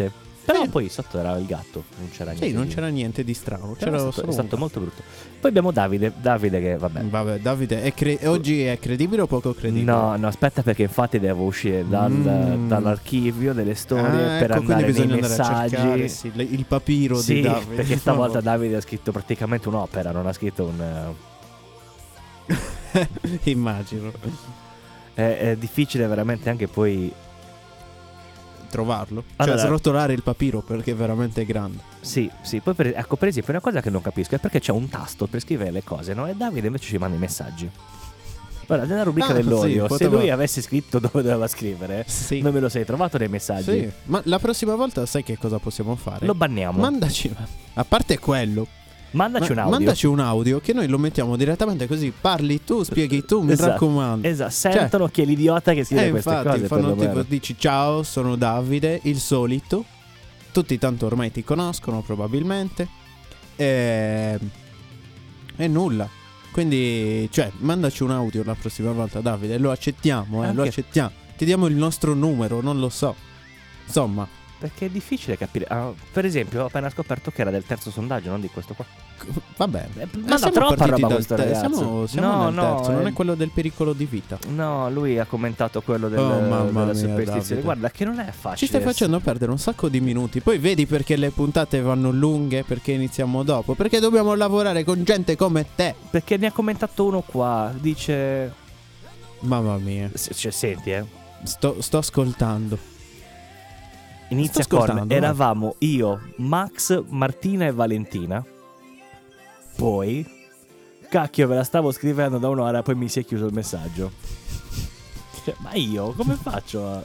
Però Sì. poi sotto era il gatto, non c'era niente. Sì, non di- c'era niente di strano. Però C'era è stato, solo è un stato gatto. molto brutto. Poi abbiamo Davide, Davide che vabbè. Vabbè, Davide, è cre- oggi è credibile o poco credibile? No, no, aspetta perché infatti devo uscire dal- Mm. dall'archivio delle storie Ah, per ecco, andare quindi nei bisogna andare a messaggi. cercare, sì, le- il papiro Sì, di Davide. perché stavolta Davide ha scritto praticamente un'opera, non ha scritto un... eh, Immagino. È, è difficile veramente anche poi... Trovarlo. Allora- Cioè srotolare il papiro perché è veramente grande. Sì, sì, poi per, ecco per esempio una cosa che non capisco è perché c'è un tasto per scrivere le cose, no? E Davide invece ci manda i messaggi. Ora, nella rubrica Ah, dell'odio, sì, se poteva- lui avesse scritto dove doveva scrivere, Sì. non me lo sei trovato nei messaggi. Sì, ma la prossima volta sai che cosa possiamo fare? Lo banniamo. Mandaci, a parte quello, Mandaci ma- un audio. mandaci un audio che noi lo mettiamo direttamente così, parli tu, spieghi tu, mi Esatto, raccomando. Esatto, sentono chi è l'idiota che scrive Eh, queste infatti, cose. fanno perlomeno. tipo, dici ciao, sono Davide, il solito. Tutti tanto ormai ti conoscono probabilmente. E, e nulla. Quindi, cioè, mandaci un audio la prossima volta, Davide, lo accettiamo, eh, lo Anche- accettiamo. Ti diamo il nostro numero, non lo so. Insomma, Perché è difficile capire. Ah, per esempio, ho appena scoperto che era del terzo sondaggio, non di questo qua. va bene. Eh, Eh, manda siamo troppa partiti roba dal questo te- ragazzo. Siamo, siamo No, nel no, terzo, non eh. è quello del pericolo di vita. No, lui ha commentato quello del, Oh, mamma della mia, superstizione. Davide. Guarda, che non è facile. Ci stai facendo perdere un sacco di minuti. Poi vedi perché le puntate vanno lunghe, perché iniziamo dopo. Perché dobbiamo lavorare con gente come te. Perché ne ha commentato uno qua. Dice. Mamma mia. Se- Cioè, senti, eh. Sto, sto ascoltando. Inizia Sto con ascoltando, eravamo io, Max, Martina e Valentina. Poi cacchio, ve la stavo scrivendo da un'ora, poi mi si è chiuso il messaggio. Cioè, ma io come faccio a...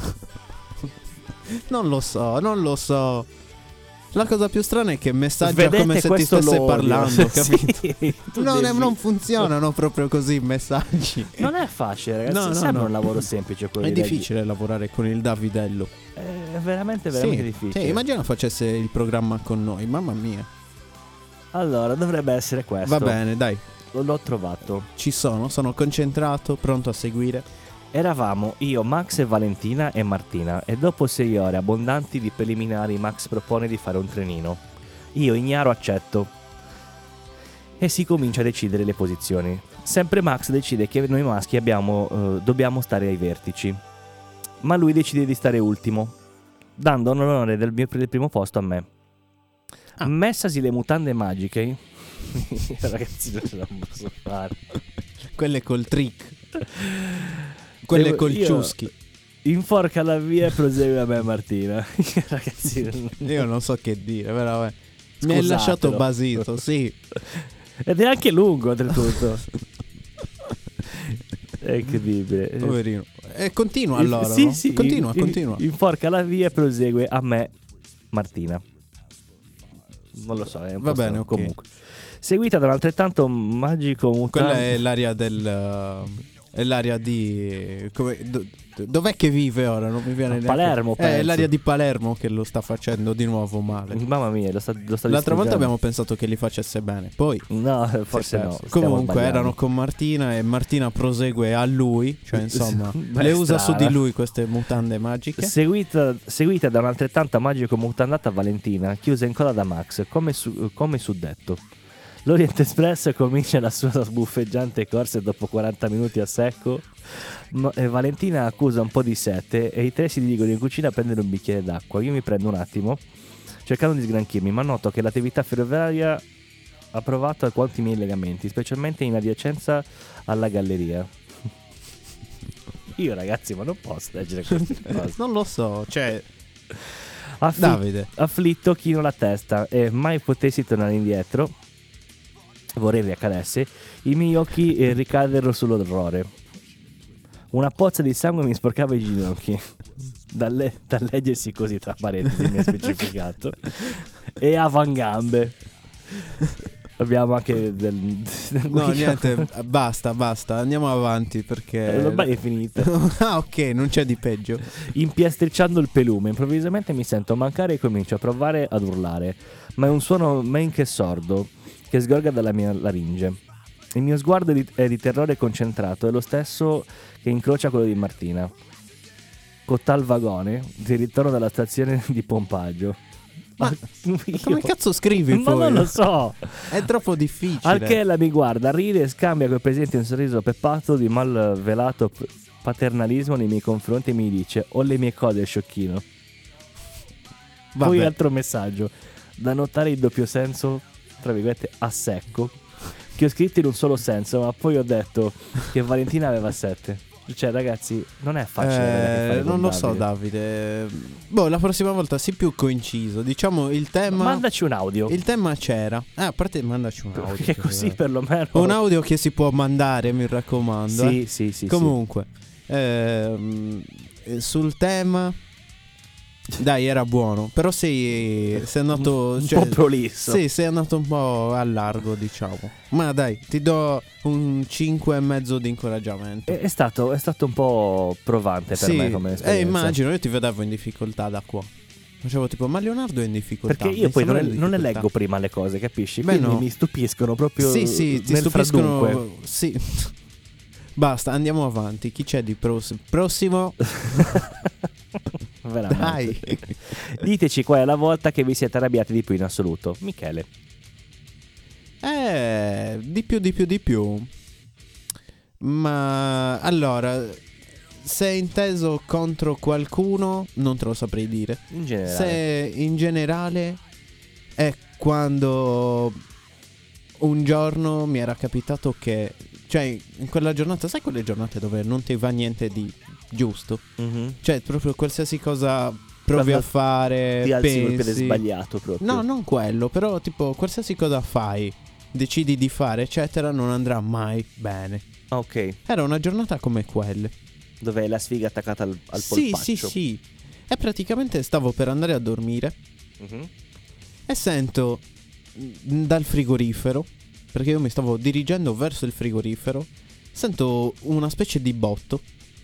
Non lo so, non lo so. La cosa più strana è che messaggia Vedete, come se ti questo stesse lo odio. parlando, capito? Sì, tu Non, è- devi- non funzionano proprio così i messaggi. Non è facile, ragazzi. No, no, sembra no. un lavoro semplice quello È di difficile lavorare con il Davidello. leggi. È veramente, veramente Sì, difficile. sì, immagina facesse il programma con noi, mamma mia. Allora, dovrebbe essere questo. Va bene, dai. L'ho trovato. Ci sono, sono concentrato, pronto a seguire. Eravamo io, Max e Valentina e Martina e dopo sei ore abbondanti di preliminari Max propone di fare un trenino. Io ignaro accetto e si comincia a decidere le posizioni. Sempre Max decide che noi maschi abbiamo, eh, dobbiamo stare ai vertici, ma lui decide di stare ultimo, dando l'onore del mio del primo posto a me. Ah. Messasi le mutande magiche, ragazzi non ce la posso fare. Quelle col trick. Quelle Devo- col io- ciuschi. Inforca la via e prosegue a me Martina. Ragazzi, Io non so che dire, veramente. Mi hai Scusatelo. lasciato basito, sì. ed è anche lungo oltretutto. È incredibile. Poverino. E continua Il- allora. sì, no? sì, Continua, in- continua. Inforca la via e prosegue a me Martina. Non lo so, è un Va po' bene, strano, ok. comunque. Seguita da un altrettanto magico mutante. Quella è l'aria del. uh, È l'aria di. Come, do- dov'è che vive ora? Non mi viene A neanche. Palermo, Eh, penso. È l'aria di Palermo che lo sta facendo di nuovo male. Mamma mia, lo sta, lo sta L'altra distruggendo. volta abbiamo pensato che li facesse bene. Poi. No, forse no. stiamo Comunque sbagliando. erano con Martina e Martina prosegue a lui. Cioè, insomma, Beh, le usa su strana. di lui queste mutande magiche. Seguita, seguita da un'altrettanto magico mutandata Valentina, chiusa in coda da Max, come, su, come suddetto. L'Orient Express comincia la sua sbuffeggiante corsa e dopo quaranta minuti a secco ma- eh, Valentina accusa un po' di sete e i tre si dirigono in cucina a prendere un bicchiere d'acqua. Io mi prendo un attimo cercando di sgranchirmi, ma noto che l'attività ferroviaria ha provato alquanto i miei legamenti, specialmente in adiacenza alla galleria. Io ragazzi, ma non posso leggere queste cose. Non lo so, cioè. Affli- Davide. Afflitto chino la testa e mai potessi tornare indietro, vorrei riaccadesse, i miei occhi eh, ricaddero sull'orrore. Una pozza di sangue mi sporcava i ginocchi. Da, le- da leggersi così tra parentesi mi è specificato. E avangambe. Abbiamo anche del... No, niente, basta, basta. Andiamo avanti perché. Ormai è finita. Ah, ok, non c'è di peggio. Impiastricciando il pelume, improvvisamente mi sento mancare e comincio a provare ad urlare, ma è un suono men che sordo che sgorga dalla mia laringe. Il mio sguardo è di, è di terrore concentrato, è lo stesso che incrocia quello di Martina. Cotal Vagone di ritorno dalla stazione di pompaggio. Ma Io- come cazzo scrivi Ma poi? non lo so. È troppo difficile. Al che ella mi guarda, ride e scambia col presidente un sorriso peppato di mal velato p- paternalismo nei miei confronti e mi dice: ho le mie cose, sciocchino. Vabbè. Poi altro messaggio da notare il doppio senso, tra virgolette, a secco, che ho scritto in un solo senso, ma poi ho detto che Valentina aveva sette. Cioè, ragazzi, non è facile avere a che Eh, fare con non lo so, Davide. Davide. Boh, la prossima volta sii più coinciso. Diciamo il tema. Mandaci un audio. Il tema c'era. Ah, a parte mandaci un audio. Che così perlomeno. Un audio che si può mandare, mi raccomando. Sì, eh. sì, sì. Comunque, ehm, eh, sul tema. Dai, era buono. Però sei, sei andato. Un cioè, po' prolisso. Sì, sei andato un po' a largo, diciamo. Ma dai, ti do un cinque e mezzo di incoraggiamento. È, è stato, è stato un po' provante per Sì, me come eh, esperienza. immagino, io ti vedevo in difficoltà da qua. Facevo tipo, ma Leonardo è in difficoltà. Perché io mi poi non, sembra in non ne difficoltà. leggo prima le cose, capisci? Beh, Quindi no. mi stupiscono proprio Sì, sì, ti nel stupiscono. fradunque. Sì. Basta, andiamo avanti. Chi c'è di pros- prossimo? Veramente. Dai. Diteci qual è la volta che vi siete arrabbiati di più in assoluto. Michele. Eh, di più, di più, di più. Ma allora, se è inteso contro qualcuno, non te lo saprei dire. In generale. Se in generale è quando un giorno mi era capitato che, cioè, in quella giornata, sai quelle giornate dove non ti va niente di giusto? Mhm. Cioè, proprio qualsiasi cosa provi Quando a fare, Ti alzi col piede pensi. sbagliato proprio. No, non quello, però tipo qualsiasi cosa fai, decidi di fare, eccetera, non andrà mai bene. Ah, ok. Era una giornata come quelle. Dove hai la sfiga attaccata al, al Sì, polpaccio. sì, sì. E praticamente stavo per andare a dormire Mhm. e sento mm, dal frigorifero, perché io mi stavo dirigendo verso il frigorifero, sento una specie di botto.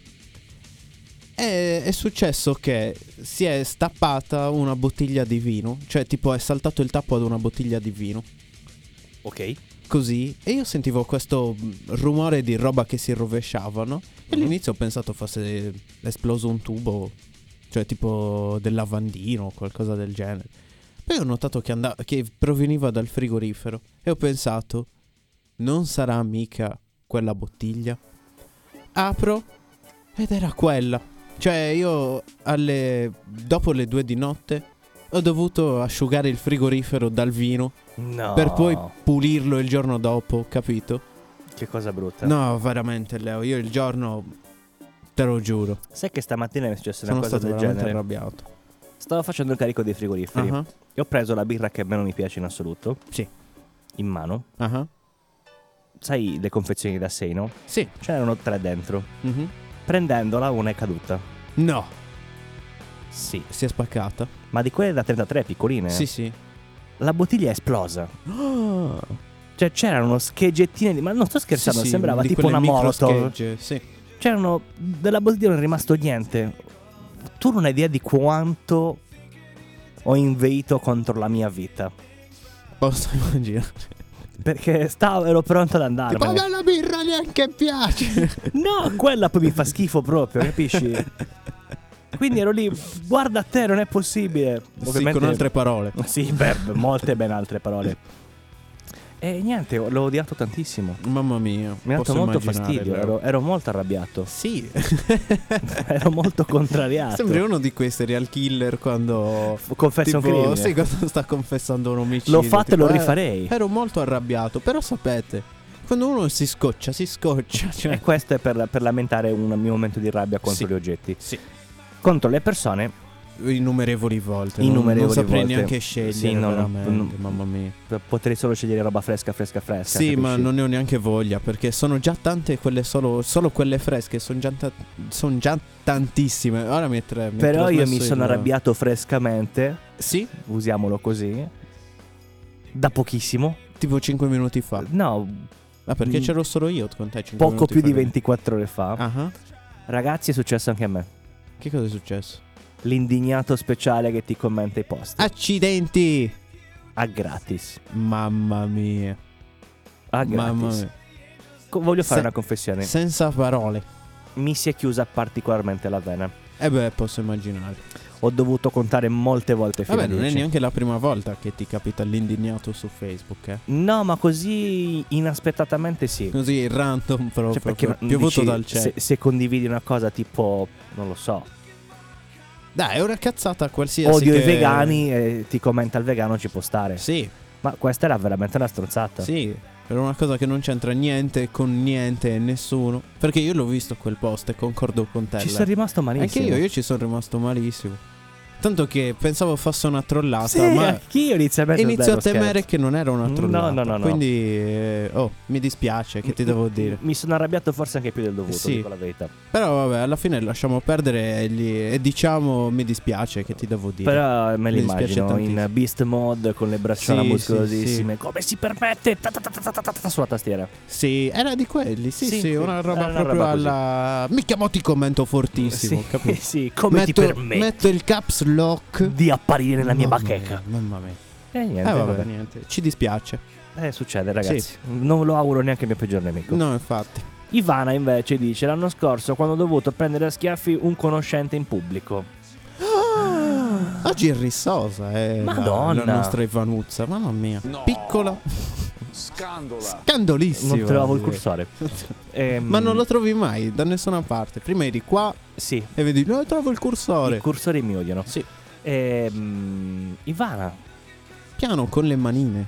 E è successo che si è stappata una bottiglia di vino, cioè tipo è saltato il tappo ad una bottiglia di vino, Ok. così, e io sentivo questo mm, rumore di roba che si rovesciava, no? E Mhm. all'inizio ho pensato fosse esploso un tubo, cioè tipo del lavandino o qualcosa del genere. Poi ho notato che, andava, che proveniva dal frigorifero e ho pensato, non sarà mica quella bottiglia? Apro ed era quella. Cioè io alle dopo le due di notte ho dovuto asciugare il frigorifero dal vino No. per poi pulirlo il giorno dopo, capito? Che cosa brutta. No, veramente Leo, io il giorno, te lo giuro, Sai che stamattina mi è successa una sono cosa stato del veramente genere. arrabbiato. Stavo facendo il carico dei frigoriferi Ah, e ho preso la birra che meno mi piace in assoluto. Sì. In mano. ah, Sai le confezioni da sei, no? Sì. C'erano tre dentro. Mhm. Prendendola una è caduta. No, Sì. si è spaccata. Ma di quelle da trentatré piccoline. Sì, sì. La bottiglia è esplosa. Cioè c'erano scheggettine di... Ma non sto scherzando, Sì, sì, sembrava di tipo quelle una micro molotov. schegge, sì. C'erano... Della bottiglia non è rimasto niente. Tu non hai idea di quanto ho inveito contro la mia vita. Posso immaginare. Perché stavo, ero pronto ad Tipo, andarmene. a me la birra neanche piace. No, quella poi mi fa schifo proprio, capisci? Quindi ero lì, guarda a te, non è possibile. Sì, con altre parole. Sì, beh, molte ben altre parole. E niente, l'ho odiato tantissimo. Mamma mia. Mi ha dato posso molto immaginare, fastidio, Leo. ero, ero molto arrabbiato. Sì. Ero molto contrariato. Sembri uno di quei serial killer quando F- Confesso un tipo, crimine. sì, quando sta confessando un omicidio. L'ho fatto e tipo, lo eh, rifarei. ero molto arrabbiato. Però sapete, quando uno si scoccia, si scoccia. Cioè, E questo è per, per lamentare un mio momento di rabbia contro Sì. gli oggetti. Sì. Contro le persone, innumerevoli volte. Innumerevoli non, non saprei volte. neanche scegliere. Sì, no, no, veramente, no. mamma mia. potrei solo scegliere roba fresca, fresca, fresca. Sì, ma capisci? non ne ho neanche voglia. Perché sono già tante quelle solo. Solo quelle fresche. Sono già, ta- son già tantissime. Ora mi è tre. mi è Però io mi trasmesso sono il- arrabbiato frescamente, Sì, usiamolo così, da pochissimo. tipo cinque minuti fa. No, Ah, perché Mm. c'ero solo io con te cinque poco minuti più fa di che- ventiquattro ore fa. Ah, ah. Ragazzi, è successo anche a me. Che cosa è successo? L'indignato speciale che ti commenta i post. Accidenti! A gratis. Mamma mia. A gratis. Mamma mia. Co- Voglio fare Se- una confessione. Senza parole. Mi si è chiusa particolarmente la vena. Eh beh, posso immaginare. Ho dovuto contare molte volte fino Vabbè, a non è dieci. neanche la prima volta che ti capita l'indignato su Facebook, eh. No, ma così inaspettatamente sì. Così random proprio, Cioè, perché proprio, piovuto dici, dal cielo. se, se condividi una cosa tipo, non lo so, Dai, è una cazzata qualsiasi. odio che... i vegani e ti commenta il vegano, ci può stare. Sì, Ma questa era veramente una stronzata. sì. Per una cosa che non c'entra niente con niente e nessuno. Perché io l'ho visto quel post e concordo con te. Ci là. sono rimasto malissimo. Anche io, io ci sono rimasto malissimo. Tanto che pensavo fosse una trollata, Sì, ma anch'io inizialmente inizio a davvero temere scherzo. che non era una No, trollata. no, no, no. Quindi, eh, oh, mi dispiace, che ti devo dire. Mi sono arrabbiato forse anche più del dovuto, Sì. dico la verità. Però vabbè, alla fine lasciamo perdere e, gli- e diciamo mi dispiace, che ti devo dire. Però me Mi dispiace l'immagino in tantissimo. beast mode con le braccia Sì, muscolosissime. Come si permette? Ta ta ta ta ta ta ta sulla tastiera. Sì, era di quelli, sì, sì, Sì, sì, una roba era una proprio roba così. alla... Mi chiamo ti commento fortissimo, Sì, capito? sì, come metto, ti permetti metto il caps lock di apparire nella mia Mamma bacheca? mia, Mamma mia. E Eh niente, vabbè, vabbè. niente. Ci dispiace. Eh, succede, ragazzi. Non lo auguro neanche al mio peggior nemico. No, infatti. Ivana invece dice: l'anno scorso, quando ho dovuto prendere a schiaffi un conoscente in pubblico. Oggi è rissosa, eh. la- Madonna. La, nostra Ivanuzza, mamma mia. Piccola. Scandola. Scandolissima. Non trovavo il direi. cursore. Ehm, Ma non lo trovi mai da nessuna parte. Prima eri qua Sì, e vedi, no, trovo il cursore. i cursori mi odiano. Sì. Ehm, Ivana, Piano con le manine.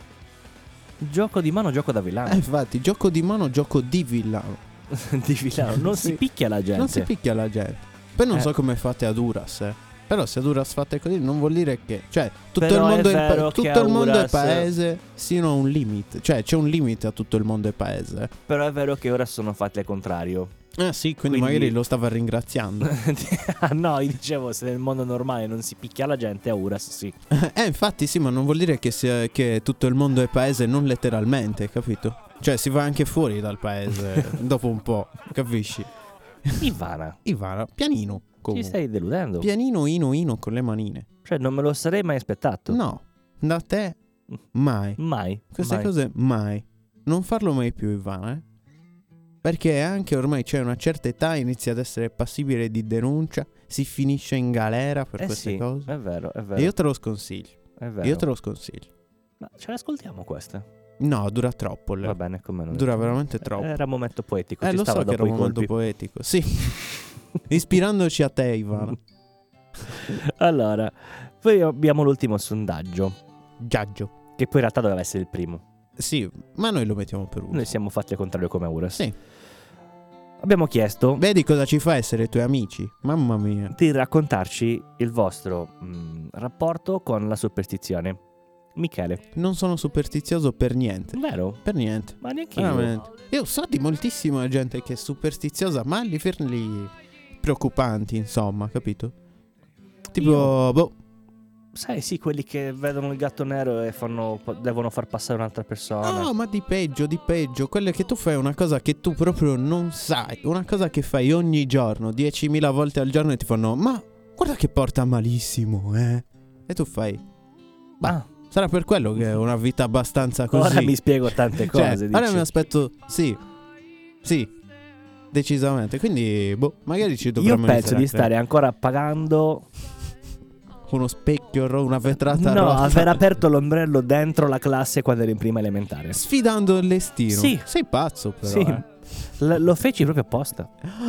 gioco di mano, gioco da villano. Eh, infatti, gioco di mano, gioco di villano. Di villano. Non Sì. si picchia la gente. Non si picchia la gente. Poi non Eh. so come fate ad Uras, eh. Però se ad Uras fate così non vuol dire che, cioè, tutto Però il mondo, è è, il pa- vero che tutto a il mondo è Uras- paese sino a un limite. Cioè, c'è un limite a tutto il mondo è paese. Però è vero che ora sono fatti al contrario. Eh sì, quindi, Quindi- magari lo stava ringraziando. Ah, no, io dicevo, se nel mondo normale non si picchia la gente, a Uras sì. Eh, infatti sì, ma non vuol dire che, sia, che tutto il mondo è paese, non letteralmente, capito? Cioè, si va anche fuori dal paese dopo un po', capisci? Ivana, Ivana, pianino, ci comunque. stai deludendo. Pianino, ino, ino con le manine. Cioè, non me lo sarei mai aspettato. No, da te mai. Mai. Queste mai. cose mai. Non farlo mai più, Ivana, eh? Perché anche ormai c'è una certa età, inizia ad essere passibile di denuncia, si finisce in galera per Eh queste sì, cose. è vero, è vero. E io te lo sconsiglio. È vero. Io te lo sconsiglio. Ma ce l'ascoltiamo questa? No, dura troppo. Leo. Va bene, come non Dura veramente troppo. Era un momento poetico. Eh, ci lo stava so che dopo era i un momento colpi. poetico. Sì. Ispirandoci a te, Ivana. Allora, poi abbiamo l'ultimo sondaggio, Giaggio. che poi in realtà doveva essere il primo. Sì, ma noi lo mettiamo per uno. Noi siamo fatti al contrario come Uras. Sì. Abbiamo chiesto Vedi cosa ci fa essere tuoi amici? Mamma mia. di raccontarci il vostro mh, rapporto con la superstizione. Michele, Non sono superstizioso per niente. vero? Per niente. Ma neanche io. Veramente. Io so di moltissima gente che è superstiziosa, ma a livelli preoccupanti, insomma, capito? Tipo, Io- boh, Sai, sì, quelli che vedono il gatto nero e fanno, devono far passare un'altra persona. no, ma di peggio, di peggio. Quelle che tu fai una cosa che tu proprio non sai. Una cosa che fai ogni giorno, diecimila volte al giorno e ti fanno, ma guarda che porta malissimo, eh. E tu fai, Ah, sarà per quello che è una vita abbastanza così. ora mi spiego tante Cioè, cose. ora dici. mi aspetto, sì, sì, decisamente. Quindi, boh, magari ci Io dovremmo penso iniziare di a stare ancora pagando. uno specchio, ro- una vetrata No, rotta. aver aperto l'ombrello dentro la classe quando ero in prima elementare. Sfidando il destino. Sì. Sei pazzo però. Sì, Eh. L- lo feci proprio apposta.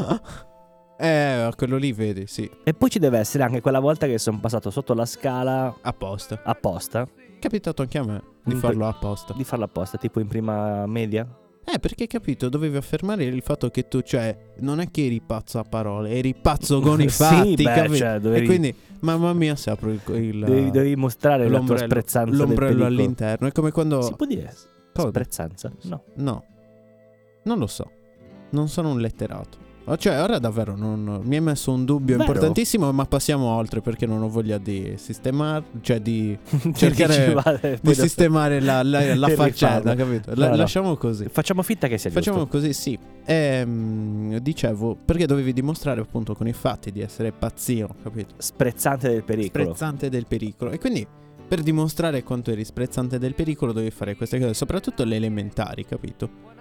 eh, quello lì vedi, sì. E poi ci deve essere anche quella volta che sono passato sotto la scala Apposta. apposta. È capitato anche a me di In farlo apposta. Di farlo apposta, tipo in prima media. Eh, perché capito, dovevi affermare il fatto che tu, cioè, non è che eri pazzo a parole, eri pazzo con i Sì, fatti, beh, capito? cioè, dovevi- E quindi, mamma mia, se apro il, il Devi, devi mostrare la tua l'ombrello, sprezzanza del l'ombrello pericolo. all'interno. È come quando... Si può dire Cosa? sprezzanza? No. No, non lo so. Non sono un letterato. Oh, cioè, ora davvero non, mi hai messo un dubbio Vero? importantissimo, ma passiamo oltre perché non ho voglia di sistemare, cioè di Dici, cercare vale, di poi lo- sistemare la, la, la E faccenda, rifarlo. capito? La- No, no. Lasciamo così. Facciamo finta che sia Facciamo giusto. così, sì. Ehm, dicevo, perché dovevi dimostrare appunto con i fatti di essere pazzino, capito? Sprezzante del pericolo. Sprezzante del pericolo. E quindi, per dimostrare quanto eri sprezzante del pericolo, dovevi fare queste cose, soprattutto le elementari, capito?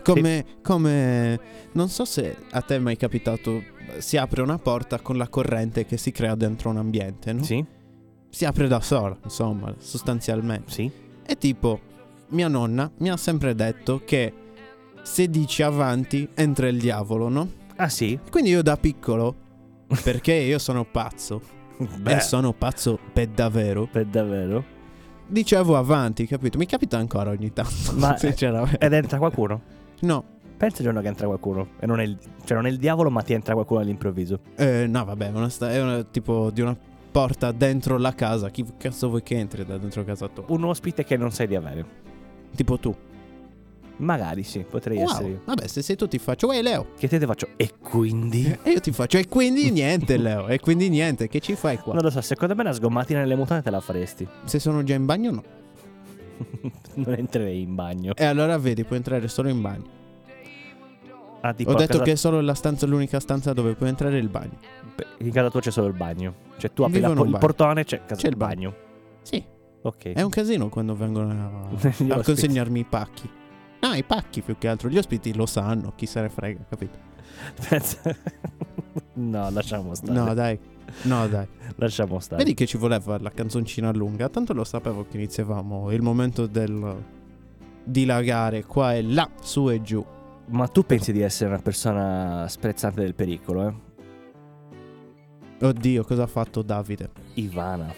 Come, come non so se a te è mai capitato, si apre una porta con la corrente che si crea dentro un ambiente, no? Sì, Si apre da sola, insomma, sostanzialmente. sì. E tipo, mia nonna mi ha sempre detto che se dici avanti entra il diavolo, no? Ah sì? Quindi io da piccolo, perché io sono pazzo, e sono pazzo per davvero, per davvero? dicevo avanti, capito? Mi capita ancora ogni tanto, Ma sinceramente. ed entra qualcuno? No, Pensa il giorno che entra qualcuno e non è il, cioè non è il diavolo, ma ti entra qualcuno all'improvviso. eh, no vabbè, una sta- è una, tipo di una porta dentro la casa. Chi cazzo vuoi che entri da dentro casa tua? Un ospite che non sai di avere. Tipo tu. Magari sì, potrei Wow, essere io. vabbè, se sei tu ti faccio, uè Leo. Che te te faccio? E quindi? E io ti faccio, e quindi niente Leo, e quindi niente, che ci fai qua? Non lo so, secondo me una sgommatina nelle mutande te la faresti. Se sono già in bagno no. Non entrerei in bagno. E allora vedi, puoi entrare solo in bagno. Ah, tipo Ho a detto casa- che è solo la stanza, l'unica stanza dove puoi entrare è il bagno. in casa tua c'è solo il bagno. Cioè tu apri Vivo la in po- un il bagno. portone, c'è casa C'è il il bagno. bagno. Sì, Ok. è un casino quando vengono a, Gli a ospiti. consegnarmi i pacchi. No, i pacchi più che altro. Gli ospiti lo sanno, chi se ne frega, capito? Pensa- No, lasciamo stare. No, dai. No, dai. Lasciamo stare. Vedi che ci voleva la canzoncina lunga. Tanto lo sapevo che iniziavamo il momento del dilagare qua e là, su e giù. Ma tu pensi di essere una persona sprezzante del pericolo, eh? Oddio, cosa ha fatto Davide? Ivana.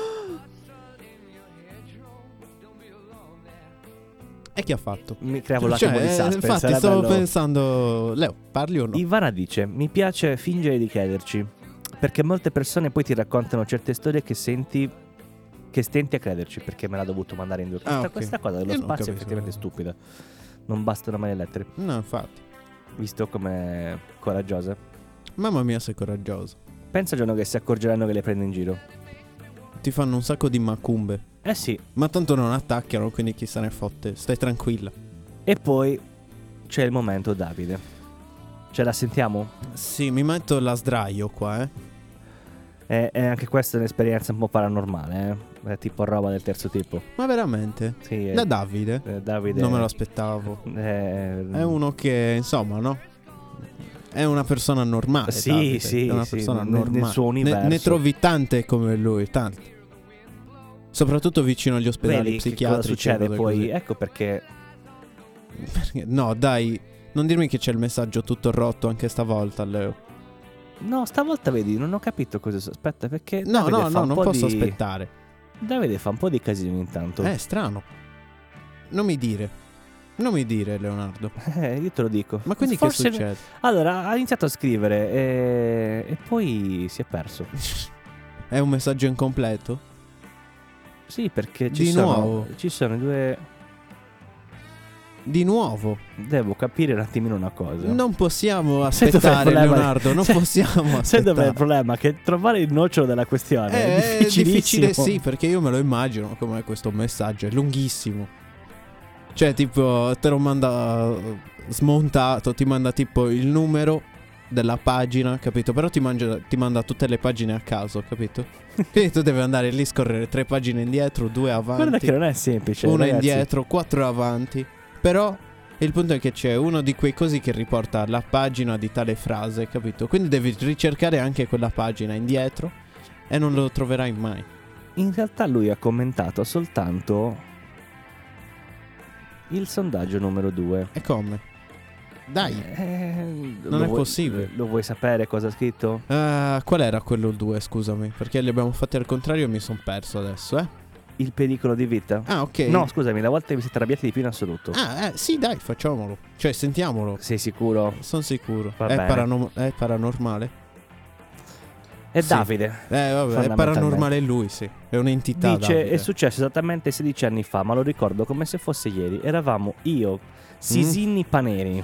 E chi ha fatto? Mi creavo Cioè, l'attimo di eh, suspense. infatti era stavo bello. pensando, Leo, parli o no? Ivana dice: mi piace fingere di crederci, perché molte persone poi ti raccontano certe storie che senti, che stenti a crederci, perché me l'ha dovuto mandare in due. Ah, Questa, ok. questa cosa dello Io non spazio è capisco. effettivamente stupida. Non bastano mai le lettere. No, infatti. Visto come coraggiosa. Mamma mia, sei coraggioso. Pensa al giorno che si accorgeranno che le prende in giro. Ti fanno un sacco di macumbe. Eh sì. Ma tanto non attaccano, quindi chi se ne fotte. Stai tranquilla. E poi c'è il momento Davide. Ce la sentiamo? Sì, mi metto la sdraio qua, eh. E, e anche questa è un'esperienza un po' paranormale, eh? È tipo roba del terzo tipo. Ma veramente? Sì, eh, Da Davide? eh, Davide. Non me lo aspettavo. Eh, È uno che, insomma, no? È una persona normale. Sì, Davide. sì, È una sì, persona nel- nel normale. suo Ne- universo. Ne, trovi tante come lui, tante. Soprattutto vicino agli ospedali Vedi che cosa psichiatrici. succede cose poi? così. Ecco perché Perché- No, dai, non dirmi che c'è il messaggio tutto rotto anche stavolta, Leo. no, stavolta vedi, non ho capito cosa su- aspetta, perché No, Davide no, fa no, un non po' posso di... aspettare. Davide fa un po' di casino intanto. È strano. Non mi dire. Non mi dire, Leonardo. Eh, io te lo dico. Ma quindi Forse- che succede? Allora, ha iniziato a scrivere e... e poi si è perso. È un messaggio incompleto? Sì, perché ci Di sono nuovo? ci sono due. Di nuovo? Devo capire un attimino una cosa. Non possiamo Sai dov'è il aspettare, problema? Leonardo. Non Sai- possiamo Sai dov'è il aspettare. problema? Che trovare il nocciolo della questione è, Eh, È difficilissimo. difficile, sì, perché io me lo immagino come questo messaggio. È lunghissimo. Cioè, tipo, te lo manda smontato. Ti manda tipo il numero della pagina, capito? Però ti, mangia- ti manda tutte le pagine a caso, capito? Quindi tu devi andare lì, scorrere tre pagine indietro, due avanti, Guarda che non è semplice. una ragazzi. indietro, quattro avanti. Però il punto è che c'è uno di quei cosi che riporta la pagina di tale frase, capito? Quindi devi ricercare anche quella pagina indietro e non lo troverai mai. In realtà lui ha commentato soltanto il sondaggio numero due. E come? Dai. Eh, Non lo è vuoi- possibile. Lo vuoi sapere cosa ha scritto? Ah, qual era quello due, scusami? Perché li abbiamo fatti al contrario e mi sono perso adesso, eh? Il pericolo di vita? Ah, ok. No, scusami, la volta che vi siete arrabbiati di più in assoluto. Ah, eh, sì, dai, facciamolo. Cioè, sentiamolo. Sei sicuro? Sono sicuro. Va È, bene. parano- è paranormale? È Sì. Davide. Eh, vabbè, è Fondamentalmente. paranormale lui, sì. È un'entità. Dice, Davide. è successo esattamente sedici anni fa, ma lo ricordo come se fosse ieri. Eravamo io, Sisinni Paneri.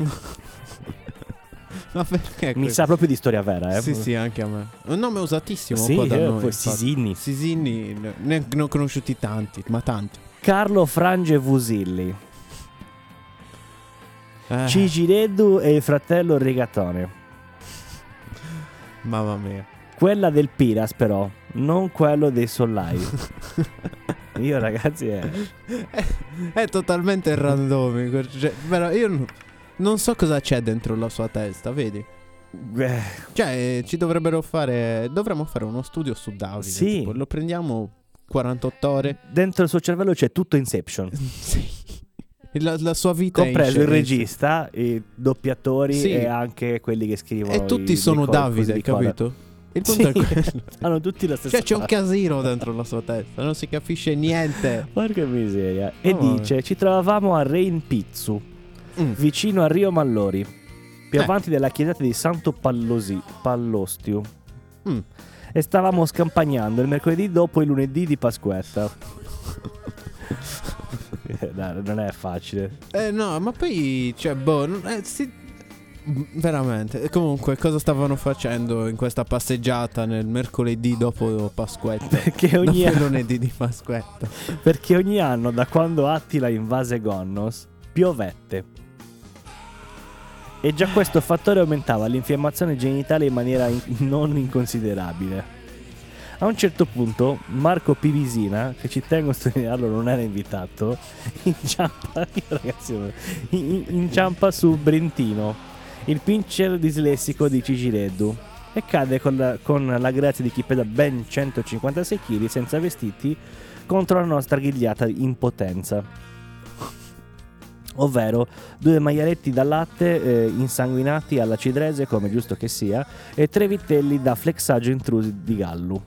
Ma perché? Mi questo? sa proprio di storia vera, eh. Sì, sì, anche a me. Un nome usatissimo Sì, qua da eh, noi. poi infatti. Sisinni. Sisinni, ne, ne ho conosciuti tanti, ma tanti. Carlo Frange Vusilli. Eh, Cigireddu e il fratello Rigatone. Mamma mia. Quella del Piras però, non quello dei Sollai. Io ragazzi è... È, è totalmente randomico. Cioè, però io non, non so cosa c'è dentro la sua testa, vedi? Eh, Cioè, ci dovrebbero fare. Dovremmo fare uno studio su Davide. Sì. tipo, lo prendiamo quarantotto ore. dentro il suo cervello c'è tutto Inception. Sì. La, la sua vita Compreso è il in- regista, i doppiatori Sì. e anche quelli che scrivono. E tutti i- sono le co- Davide, cose di coda. capito? Il punto Sì. è quello. Hanno tutti la stessa Cioè, c'è un cosa. casino dentro la sua testa. Non si capisce niente. Porca miseria. E Oh, vabbè. dice: ci trovavamo a Reinpizzu, Mm. vicino a Rio Mallori, più Eh. avanti della chiesetta di Santo Pallosi, Pallostio. Mm. E stavamo scampagnando il mercoledì dopo il lunedì di Pasquetta. Eh, dai, non è facile. Eh no, ma poi, cioè, boh, non- eh, sì, veramente. E comunque, cosa stavano facendo in questa passeggiata nel mercoledì dopo Pasquetta? Perché Dopo ogni, il anno, lunedì di Pasquetta. perché ogni anno, da quando Attila invase Gonnos, piovette. E già questo fattore aumentava l'infiammazione genitale in maniera in- non inconsiderabile. A un certo punto Marco Pivisina, che ci tengo a sottolinearlo non era invitato, inciampa, io ragazzi, in- inciampa su Brentino, il pincher dislessico di Cigireddu, e cade con la, con la grazia di chi pesa ben centocinquantasei chili senza vestiti contro la nostra ghigliata impotenza. Ovvero due maialetti da latte eh, insanguinati alla cidrese, come giusto che sia, e tre vitelli da flexaggio intrusi di gallu.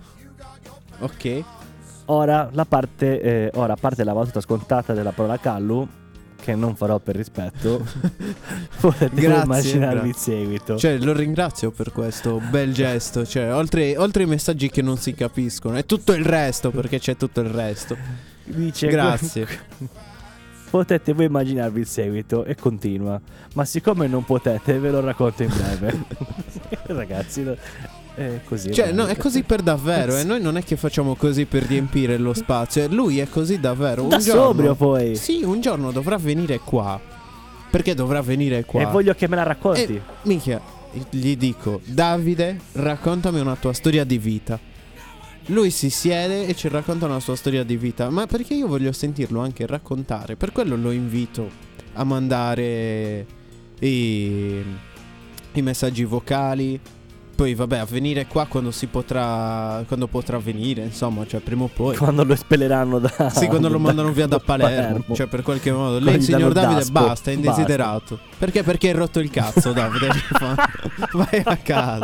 Ok. Ora, la parte, eh, ora, a parte la battuta scontata della parola callu, che non farò per rispetto, potete Grazie, immaginarvi il grazie. seguito. Cioè, lo ringrazio per questo bel gesto. Cioè, oltre, oltre ai messaggi che non si capiscono, e tutto il resto, perché c'è tutto il resto. Dice, Grazie. potete voi immaginarvi il seguito, e continua. Ma siccome non potete, ve lo racconto in breve. Ragazzi, no, è così. Cioè, no, è così per davvero. E noi non è che facciamo così per riempire lo spazio. Lui è così davvero. Un Da giorno, sobrio poi. Sì, un giorno dovrà venire qua. Perché dovrà venire qua? E voglio che me la racconti. E, minchia, gli dico: Davide, raccontami una tua storia di vita. Lui si siede e ci racconta una sua storia di vita. Ma perché io voglio sentirlo anche raccontare. Per quello lo invito a mandare i, i messaggi vocali. Poi vabbè, a venire qua quando si potrà. Quando potrà venire, insomma, cioè prima o poi. Quando lo espelleranno da. Sì, quando lo mandano via da Palermo, Palermo. cioè per qualche modo. Quando Lei, gli signor danno il Davide, daspo. basta, è indesiderato. Perché? Perché hai rotto il cazzo, Davide. Vai a casa.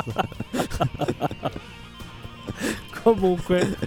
Comunque,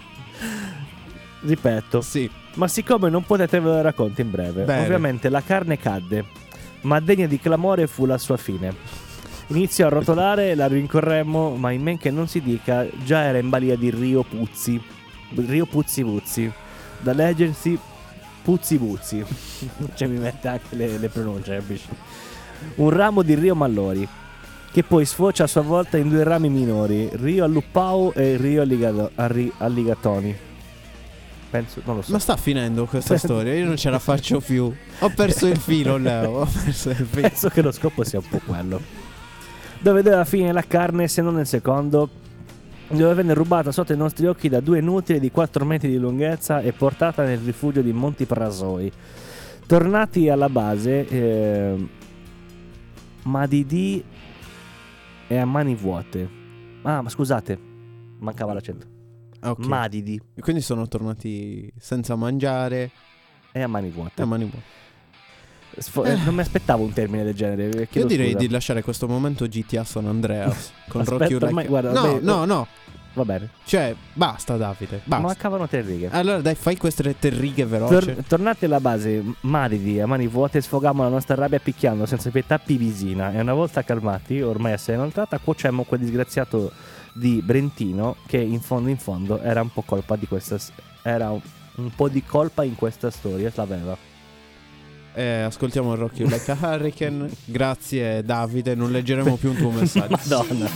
ripeto, Sì. ma siccome non potete ve lo racconto in breve. Bene. Ovviamente la carne cadde, ma degna di clamore fu la sua fine. Iniziò a rotolare, la rincorremmo, ma in men che non si dica, già era in balia di Rio Puzzi. Rio Puzzi Puzzi. Da leggersi Puzzi Puzzi. Cioè mi mette anche le, le pronunce, capisci? Un ramo di Rio Mallori, che poi sfocia a sua volta in due rami minori, Rio Allupau e Rio Alligato- Arri- Alligatoni. Penso, non lo so. Ma sta finendo questa storia, io non ce la faccio più. Ho perso il filo, Leo. Ho perso il filo. Penso che lo scopo sia un po' quello. Dove doveva finire la carne se non nel secondo, dove venne rubata sotto i nostri occhi da due nutrie di quattro metri di lunghezza e portata nel rifugio di Monti Prasoi. Tornati alla base, eh, Madidi è a mani vuote. Ah, ma scusate, mancava l'accento. Ok. Madidi Quindi sono tornati senza mangiare è a mani vuote. e a mani buone. Sfo- eh, non mi aspettavo un termine del genere. Io chiedo direi scusa. di lasciare questo momento G T A San Andreas con Aspetta, Rocky Like. ormai- guarda, no, ormai- no, no. Va bene. Cioè, basta, Davide. Ma Basta. mancavano tre righe. Allora, dai, fai queste tre righe veloci. Tor- tornati alla base, Maridi a mani vuote, sfogammo la nostra rabbia picchiando senza pietà Pivisina. E una volta calmati, ormai assai inoltrata, cuocemmo quel disgraziato di Brentino che in fondo in fondo era un po' colpa di questa s- era un, un po' di colpa in questa storia l'aveva. Eh, ascoltiamo Rocky Like a Hurricane. Grazie, Davide. Non leggeremo più un tuo messaggio. Madonna.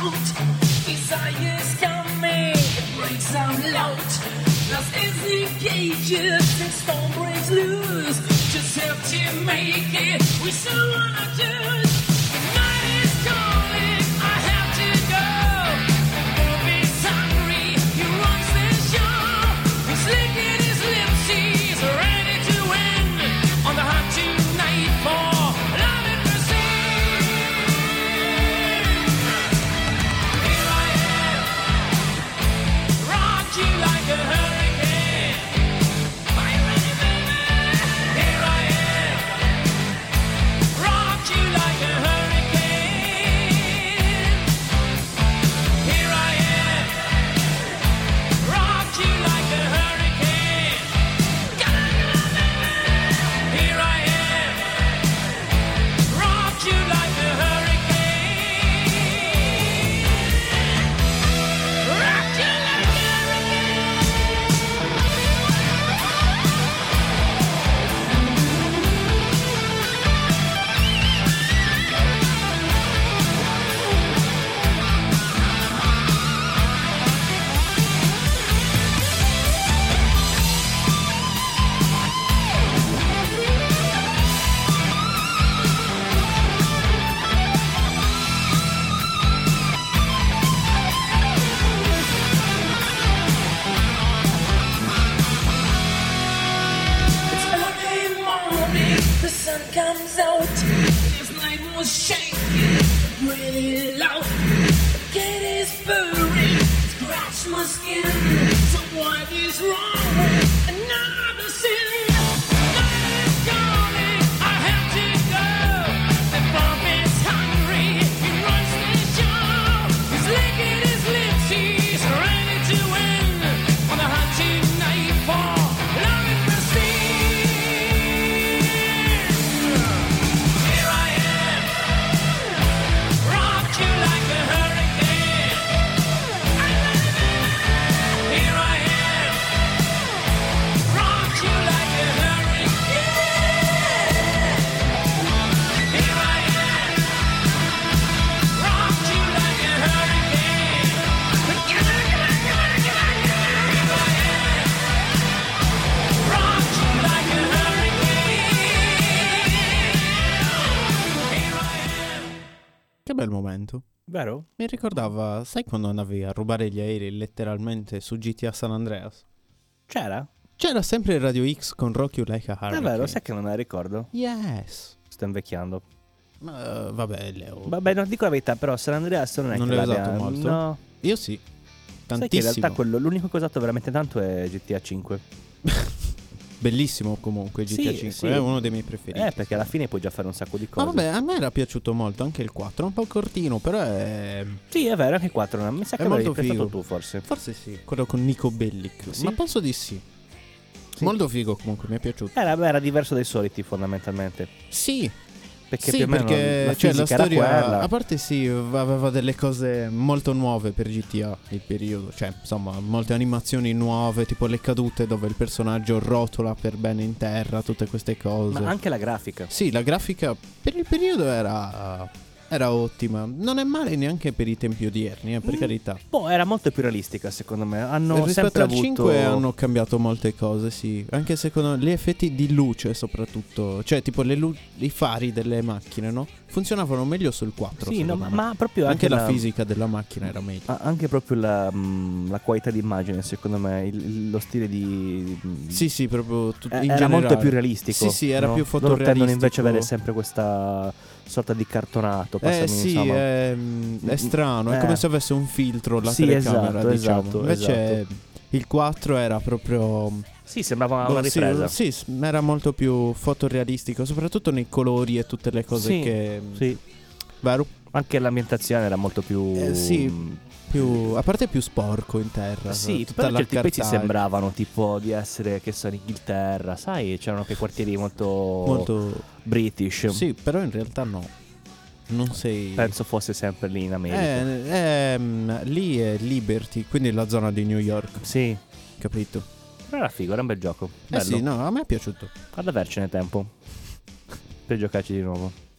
out. Desire's coming, it breaks out loud. Lost is the cages and storm breaks loose. Just have to make it, we still wanna do it. The night is calling, I have to go. Bob is hungry, he wants the show. He's licking his lips, he's ready to win. On the hunt tonight for love and mercy. Here I am, rock you like a hurricane. Are you ready, baby? Here I am, rock you like a hurricane. Here I am, rock you like a hurricane. Here I am, rock you like a hurricane. Rock you like a It's early morning, the sun comes out. This night was shaking, really loud. The cat is purring, scratch my skin. So what is wrong? Another sin. Night is calling, I have to go. The Bob is hungry, he runs the show. He's licking his lips, he's ready to win. On the hunt tonight for love and mercy. Here I am, rock you like a hurricane. Here I am, rock you like a hurricane. Here I am, rock you like a hurricane. Here I am, rock you like a hurricane. Che bel momento. Vero? Mi ricordava, sai quando andavi a rubare gli aerei letteralmente su G T A San Andreas? C'era? C'era sempre il Radio X con Rock You Like a È Hurricane. vero, sai che non me la ricordo. Yes. Sto invecchiando. Ma, vabbè, Leo. Vabbè, non dico la verità, però San Andreas non è Non che l'hai l'abbia... usato molto? No. Io sì. Sai che in Tantissimo. realtà quello, l'unico che ho usato veramente tanto è G T A cinque. Bellissimo comunque G T A Sì, cinque, sì. è uno dei miei preferiti. Eh, perché alla fine puoi già fare un sacco di Ma cose. vabbè, a me era piaciuto molto anche il quattro, un po' cortino, però è... Sì, è vero, anche il quattro. Mi sa È che l'avevi molto prestato figo. tu, forse. Forse sì, quello con Nico Bellic. Sì? Ma penso di sì. Sì. Molto figo comunque, mi è piaciuto. Era, beh, era diverso dai soliti, fondamentalmente. Sì, Perché sì, più o meno perché la cioè, la fisica era storia, quella. a parte sì, aveva delle cose molto nuove per G T A il periodo, cioè insomma molte animazioni nuove, tipo le cadute dove il personaggio rotola per bene in terra, tutte queste cose. Ma anche la grafica. Sì, la grafica per il periodo era era ottima. Non è male neanche per i tempi odierni, eh, per Mm. carità. Boh, era molto più realistica, secondo me. Hanno Rispetto sempre al avuto... cinque hanno cambiato molte cose, sì. Anche secondo me gli effetti di luce soprattutto, cioè tipo le lu- i fari delle macchine, no? Funzionavano meglio sul quattro. Sì, no, secondo ma, me. ma proprio anche, anche, la fisica della macchina era meglio. a- anche proprio la, mh, la qualità d'immagine, secondo me, il- il- lo stile di... Sì, sì, proprio tu- eh, in era generale. molto più realistico. Sì, sì, era no? più Loro tendono fotorealistico. invece avere sempre questa sorta di cartonato. Eh passami, sì, insomma. è, è strano, è Eh. come se avesse un filtro la Sì, telecamera, esatto, diciamo. esatto, Invece esatto. il quattro era proprio Sì, sembrava boh, una sì, ripresa. sì, s- era molto più fotorealistico, soprattutto nei colori e tutte le cose Sì, che sì. vero? Anche l'ambientazione era molto più... Eh, sì, più a parte più sporco in terra. Sì, tutta però la certi pezzi cartagine. sembravano tipo di essere, che so, in Inghilterra, sai? C'erano quei quartieri molto, molto British. sì, però in realtà no. Non sei Penso fosse sempre lì in America. eh, ehm, lì è Liberty, quindi la zona di New York, Sì, capito? però era figo, era un bel gioco. Eh Bello. sì, no, a me è piacciuto. Ad avercene tempo per giocarci di nuovo.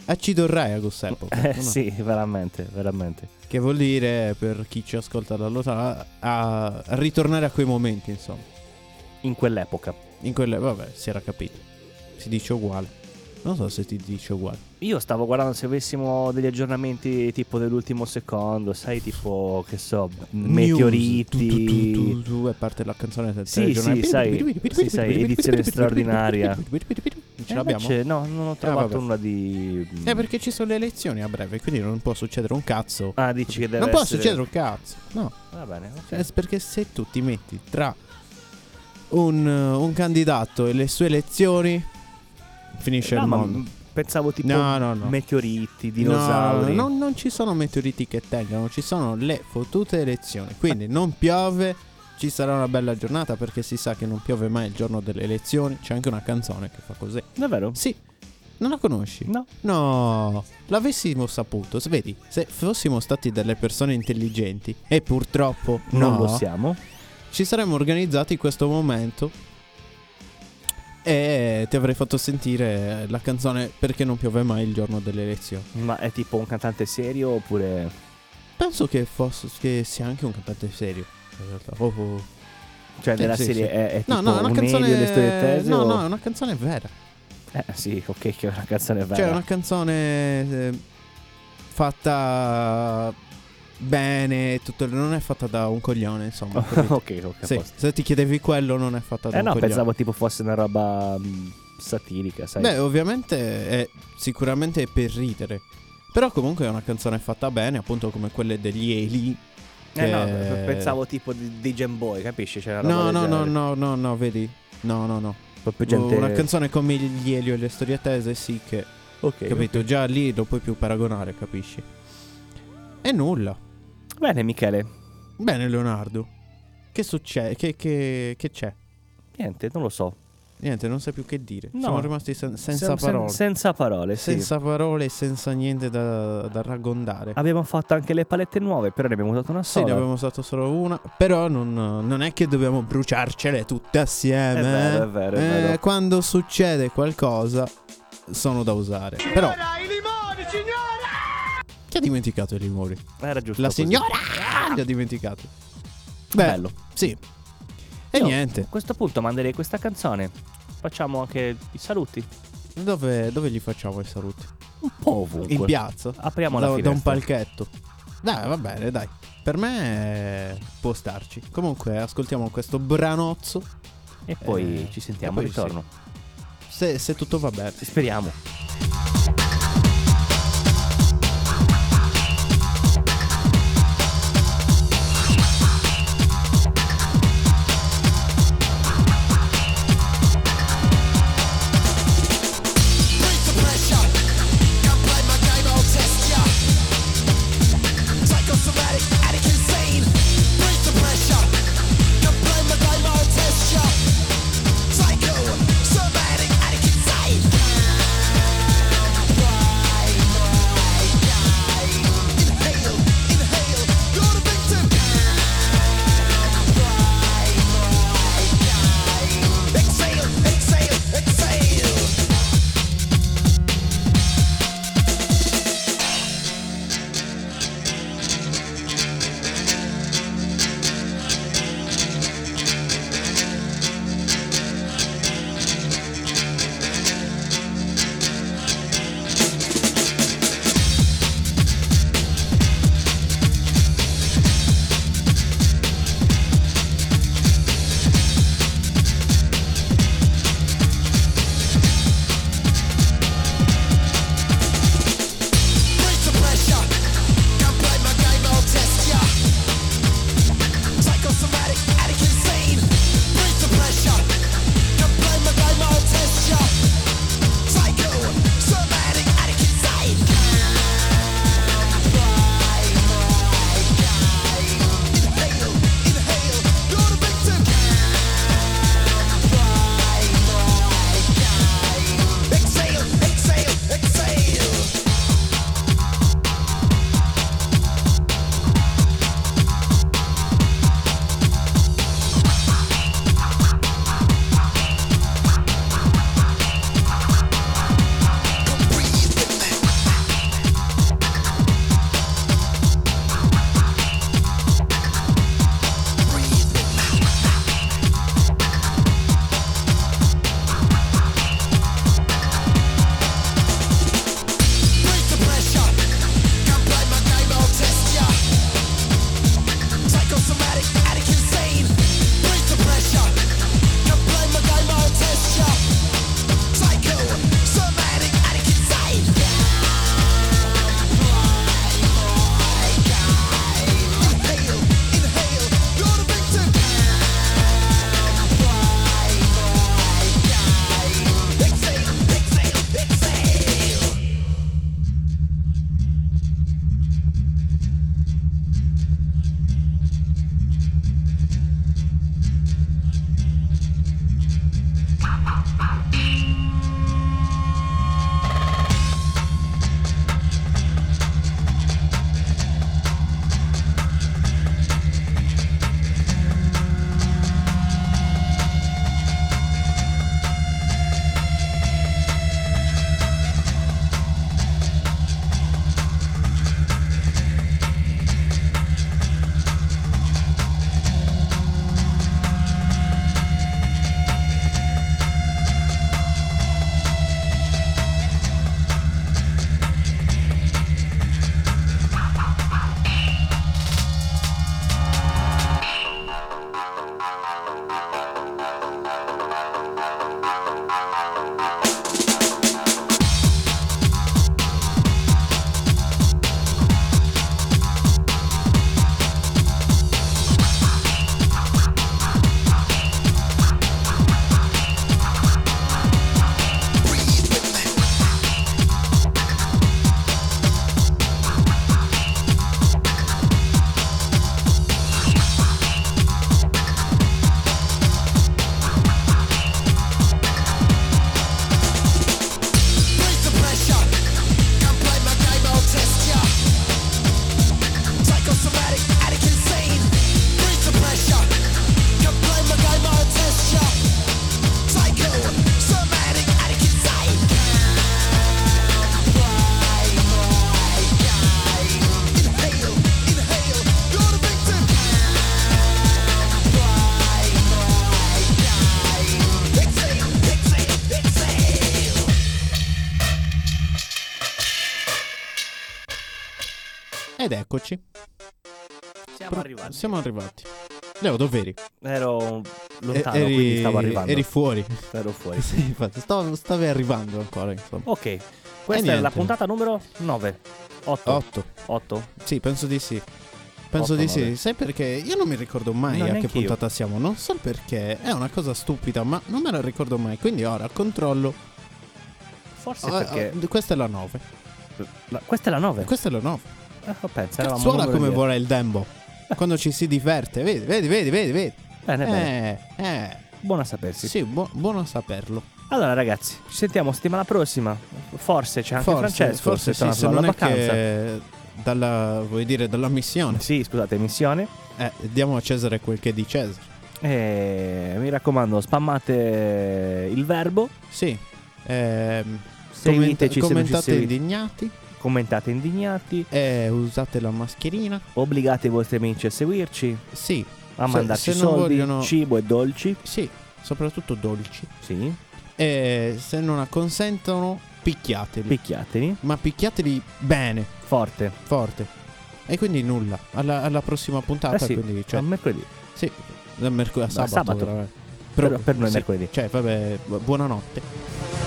Acidorraeus epoca. Eh sì, veramente, veramente. Che vuol dire, per chi ci ascolta da lontano, a, a ritornare a quei momenti, insomma. In quell'epoca. In quelle, vabbè, si era capito. Si dice uguale. Non so se ti dice uguale. Io stavo guardando se avessimo degli aggiornamenti tipo dell'ultimo secondo, sai, tipo, che so, meteoriti. News. Tu, tu, tu, tu, tu, è parte la canzone del Sì, sì, sai, sì, sai, edizione straordinaria. Non ce Eh, l'abbiamo? invece no, non ho trovato vabbè. nulla di... Eh, perché ci sono le elezioni a breve, quindi non può succedere un cazzo. Ah, dici che deve Non può essere- succedere un cazzo. No. Va bene, ok. Eh, perché se tu ti metti tra un, un candidato e le sue elezioni, finisce No, il ma mondo. m- pensavo tipo No, no, no. meteoriti, dinosauri. No, non, non ci sono meteoriti che tengano, ci sono le fottute elezioni. Quindi non piove, ci sarà una bella giornata, perché si sa che non piove mai il giorno delle elezioni. C'è anche una canzone che fa così. Davvero? Sì, non la conosci? No. No, l'avessimo saputo. Se vedi, se fossimo stati delle persone intelligenti, e purtroppo Non no, lo siamo. ci saremmo organizzati in questo momento e ti avrei fatto sentire la canzone Perché non piove mai il giorno delle elezioni. Ma è tipo un cantante serio oppure... Penso che fosse che sia anche un cantante serio, in realtà. Oh, oh. Cioè Sì, nella sì, serie sì. È, è tipo No, no, è una un canzone. Elio e le storie tese No, o- no, è una canzone vera. Eh sì, ok, che è una canzone vera. Cioè, è una canzone eh, fatta bene, tutto, non è fatta da un coglione, insomma. capito? ok, ok, a Sì, posto. se ti chiedevi quello, non è fatta da Eh un no, coglione. pensavo tipo fosse una roba mh, satirica, sai. Beh, ovviamente è sicuramente per ridere. Però comunque è una canzone fatta bene, appunto come quelle degli Eli. Eh no, che- pensavo tipo di, di Game Boy, capisci? C'era una roba No, del no, no, genere. no, no, no, vedi? No, no, no. Proprio gente... Una canzone come gli Elio e le storie tese, sì, che Ok, capito, già lì lo puoi più paragonare, capisci? E nulla. ok. Bene, Michele. Bene, Leonardo. Che succede? Che, che, che c'è? Niente, non lo so. Niente, non sai più che dire. No. Siamo rimasti sen- senza Sen- sen- parole. senza parole, sì. Senza parole e senza niente da, da raggondare. Abbiamo fatto anche le palette nuove, però ne abbiamo usato una Sì, sola. ne abbiamo usato solo una. Però non, non è che dobbiamo bruciarcele tutte assieme. È vero, eh. è vero, è Eh, vero. Quando succede qualcosa, sono da usare. Però. Chi ha dimenticato i limoni? Era giusto La così. signora li ha dimenticato. Beh, Bello. sì. E Io niente. A questo punto manderei questa canzone. Facciamo anche i saluti. Dove, dove li facciamo i saluti? Un po' ovunque. In piazza? Apriamo da, la da un finestra. palchetto. Dai, va bene, dai. Per me eh, può starci. Comunque ascoltiamo questo branozzo. E poi Eh, ci sentiamo e al poi ritorno. Se, se tutto va bene. Speriamo. Psycho, somatic, addict insane. Ed eccoci. Siamo Pro- arrivati. Siamo arrivati. Leo, dov'eri? Ero lontano, E- eri, quindi stavo arrivando. Eri fuori. Ero fuori. Sì, infatti, stavo- stavi arrivando ancora, insomma. Ok, questa è niente. la puntata numero nove. otto. otto. otto? Sì, penso di sì. Penso Otto, di sì. nove. Sai perché? Io non mi ricordo mai No, a che neanche io. puntata siamo. Non so perché. È una cosa stupida, ma non me la ricordo mai. Quindi ora controllo. Forse Ah, perché... ah, questa è la nove. la- questa è la nove. Questa è la nove. Eh, oh, pensa, eravamo Cazzuola numero come dieci. vorrà il Dembo. Quando ci si diverte. Vedi, vedi, vedi, vedi, vedi. Bene, bene. Eh, eh. Buono a sapersi. Sì, bu- buono saperlo. Allora ragazzi, ci sentiamo settimana prossima. Forse c'è anche Forse, Francesco. forse se sì, torna se non dalla è vacanza. che dalla, vuoi dire, dalla missione. Sì, scusate, missione. Eh, diamo a Cesare quel che è di Cesare. E mi raccomando, spammate il verbo. Sì. Ehm, Seguiteci se non ci commentate seguite. indignati. Commentate indignati. E usate la mascherina. Obbligate i vostri amici a seguirci. Sì. A Se- mandarci se non soldi, vogliono- cibo e dolci. Sì, soprattutto dolci. Sì. E se non acconsentono, picchiateli. Picchiateli. Ma picchiateli bene, Forte. forte. E quindi nulla. Alla, alla prossima puntata. Eh sì, Quindi, cioè, a mercoledì. sì, da mercoledì a Da sabato. sabato. veramente. Per- per noi è sì, mercoledì. Cioè, vabbè, bu- buonanotte.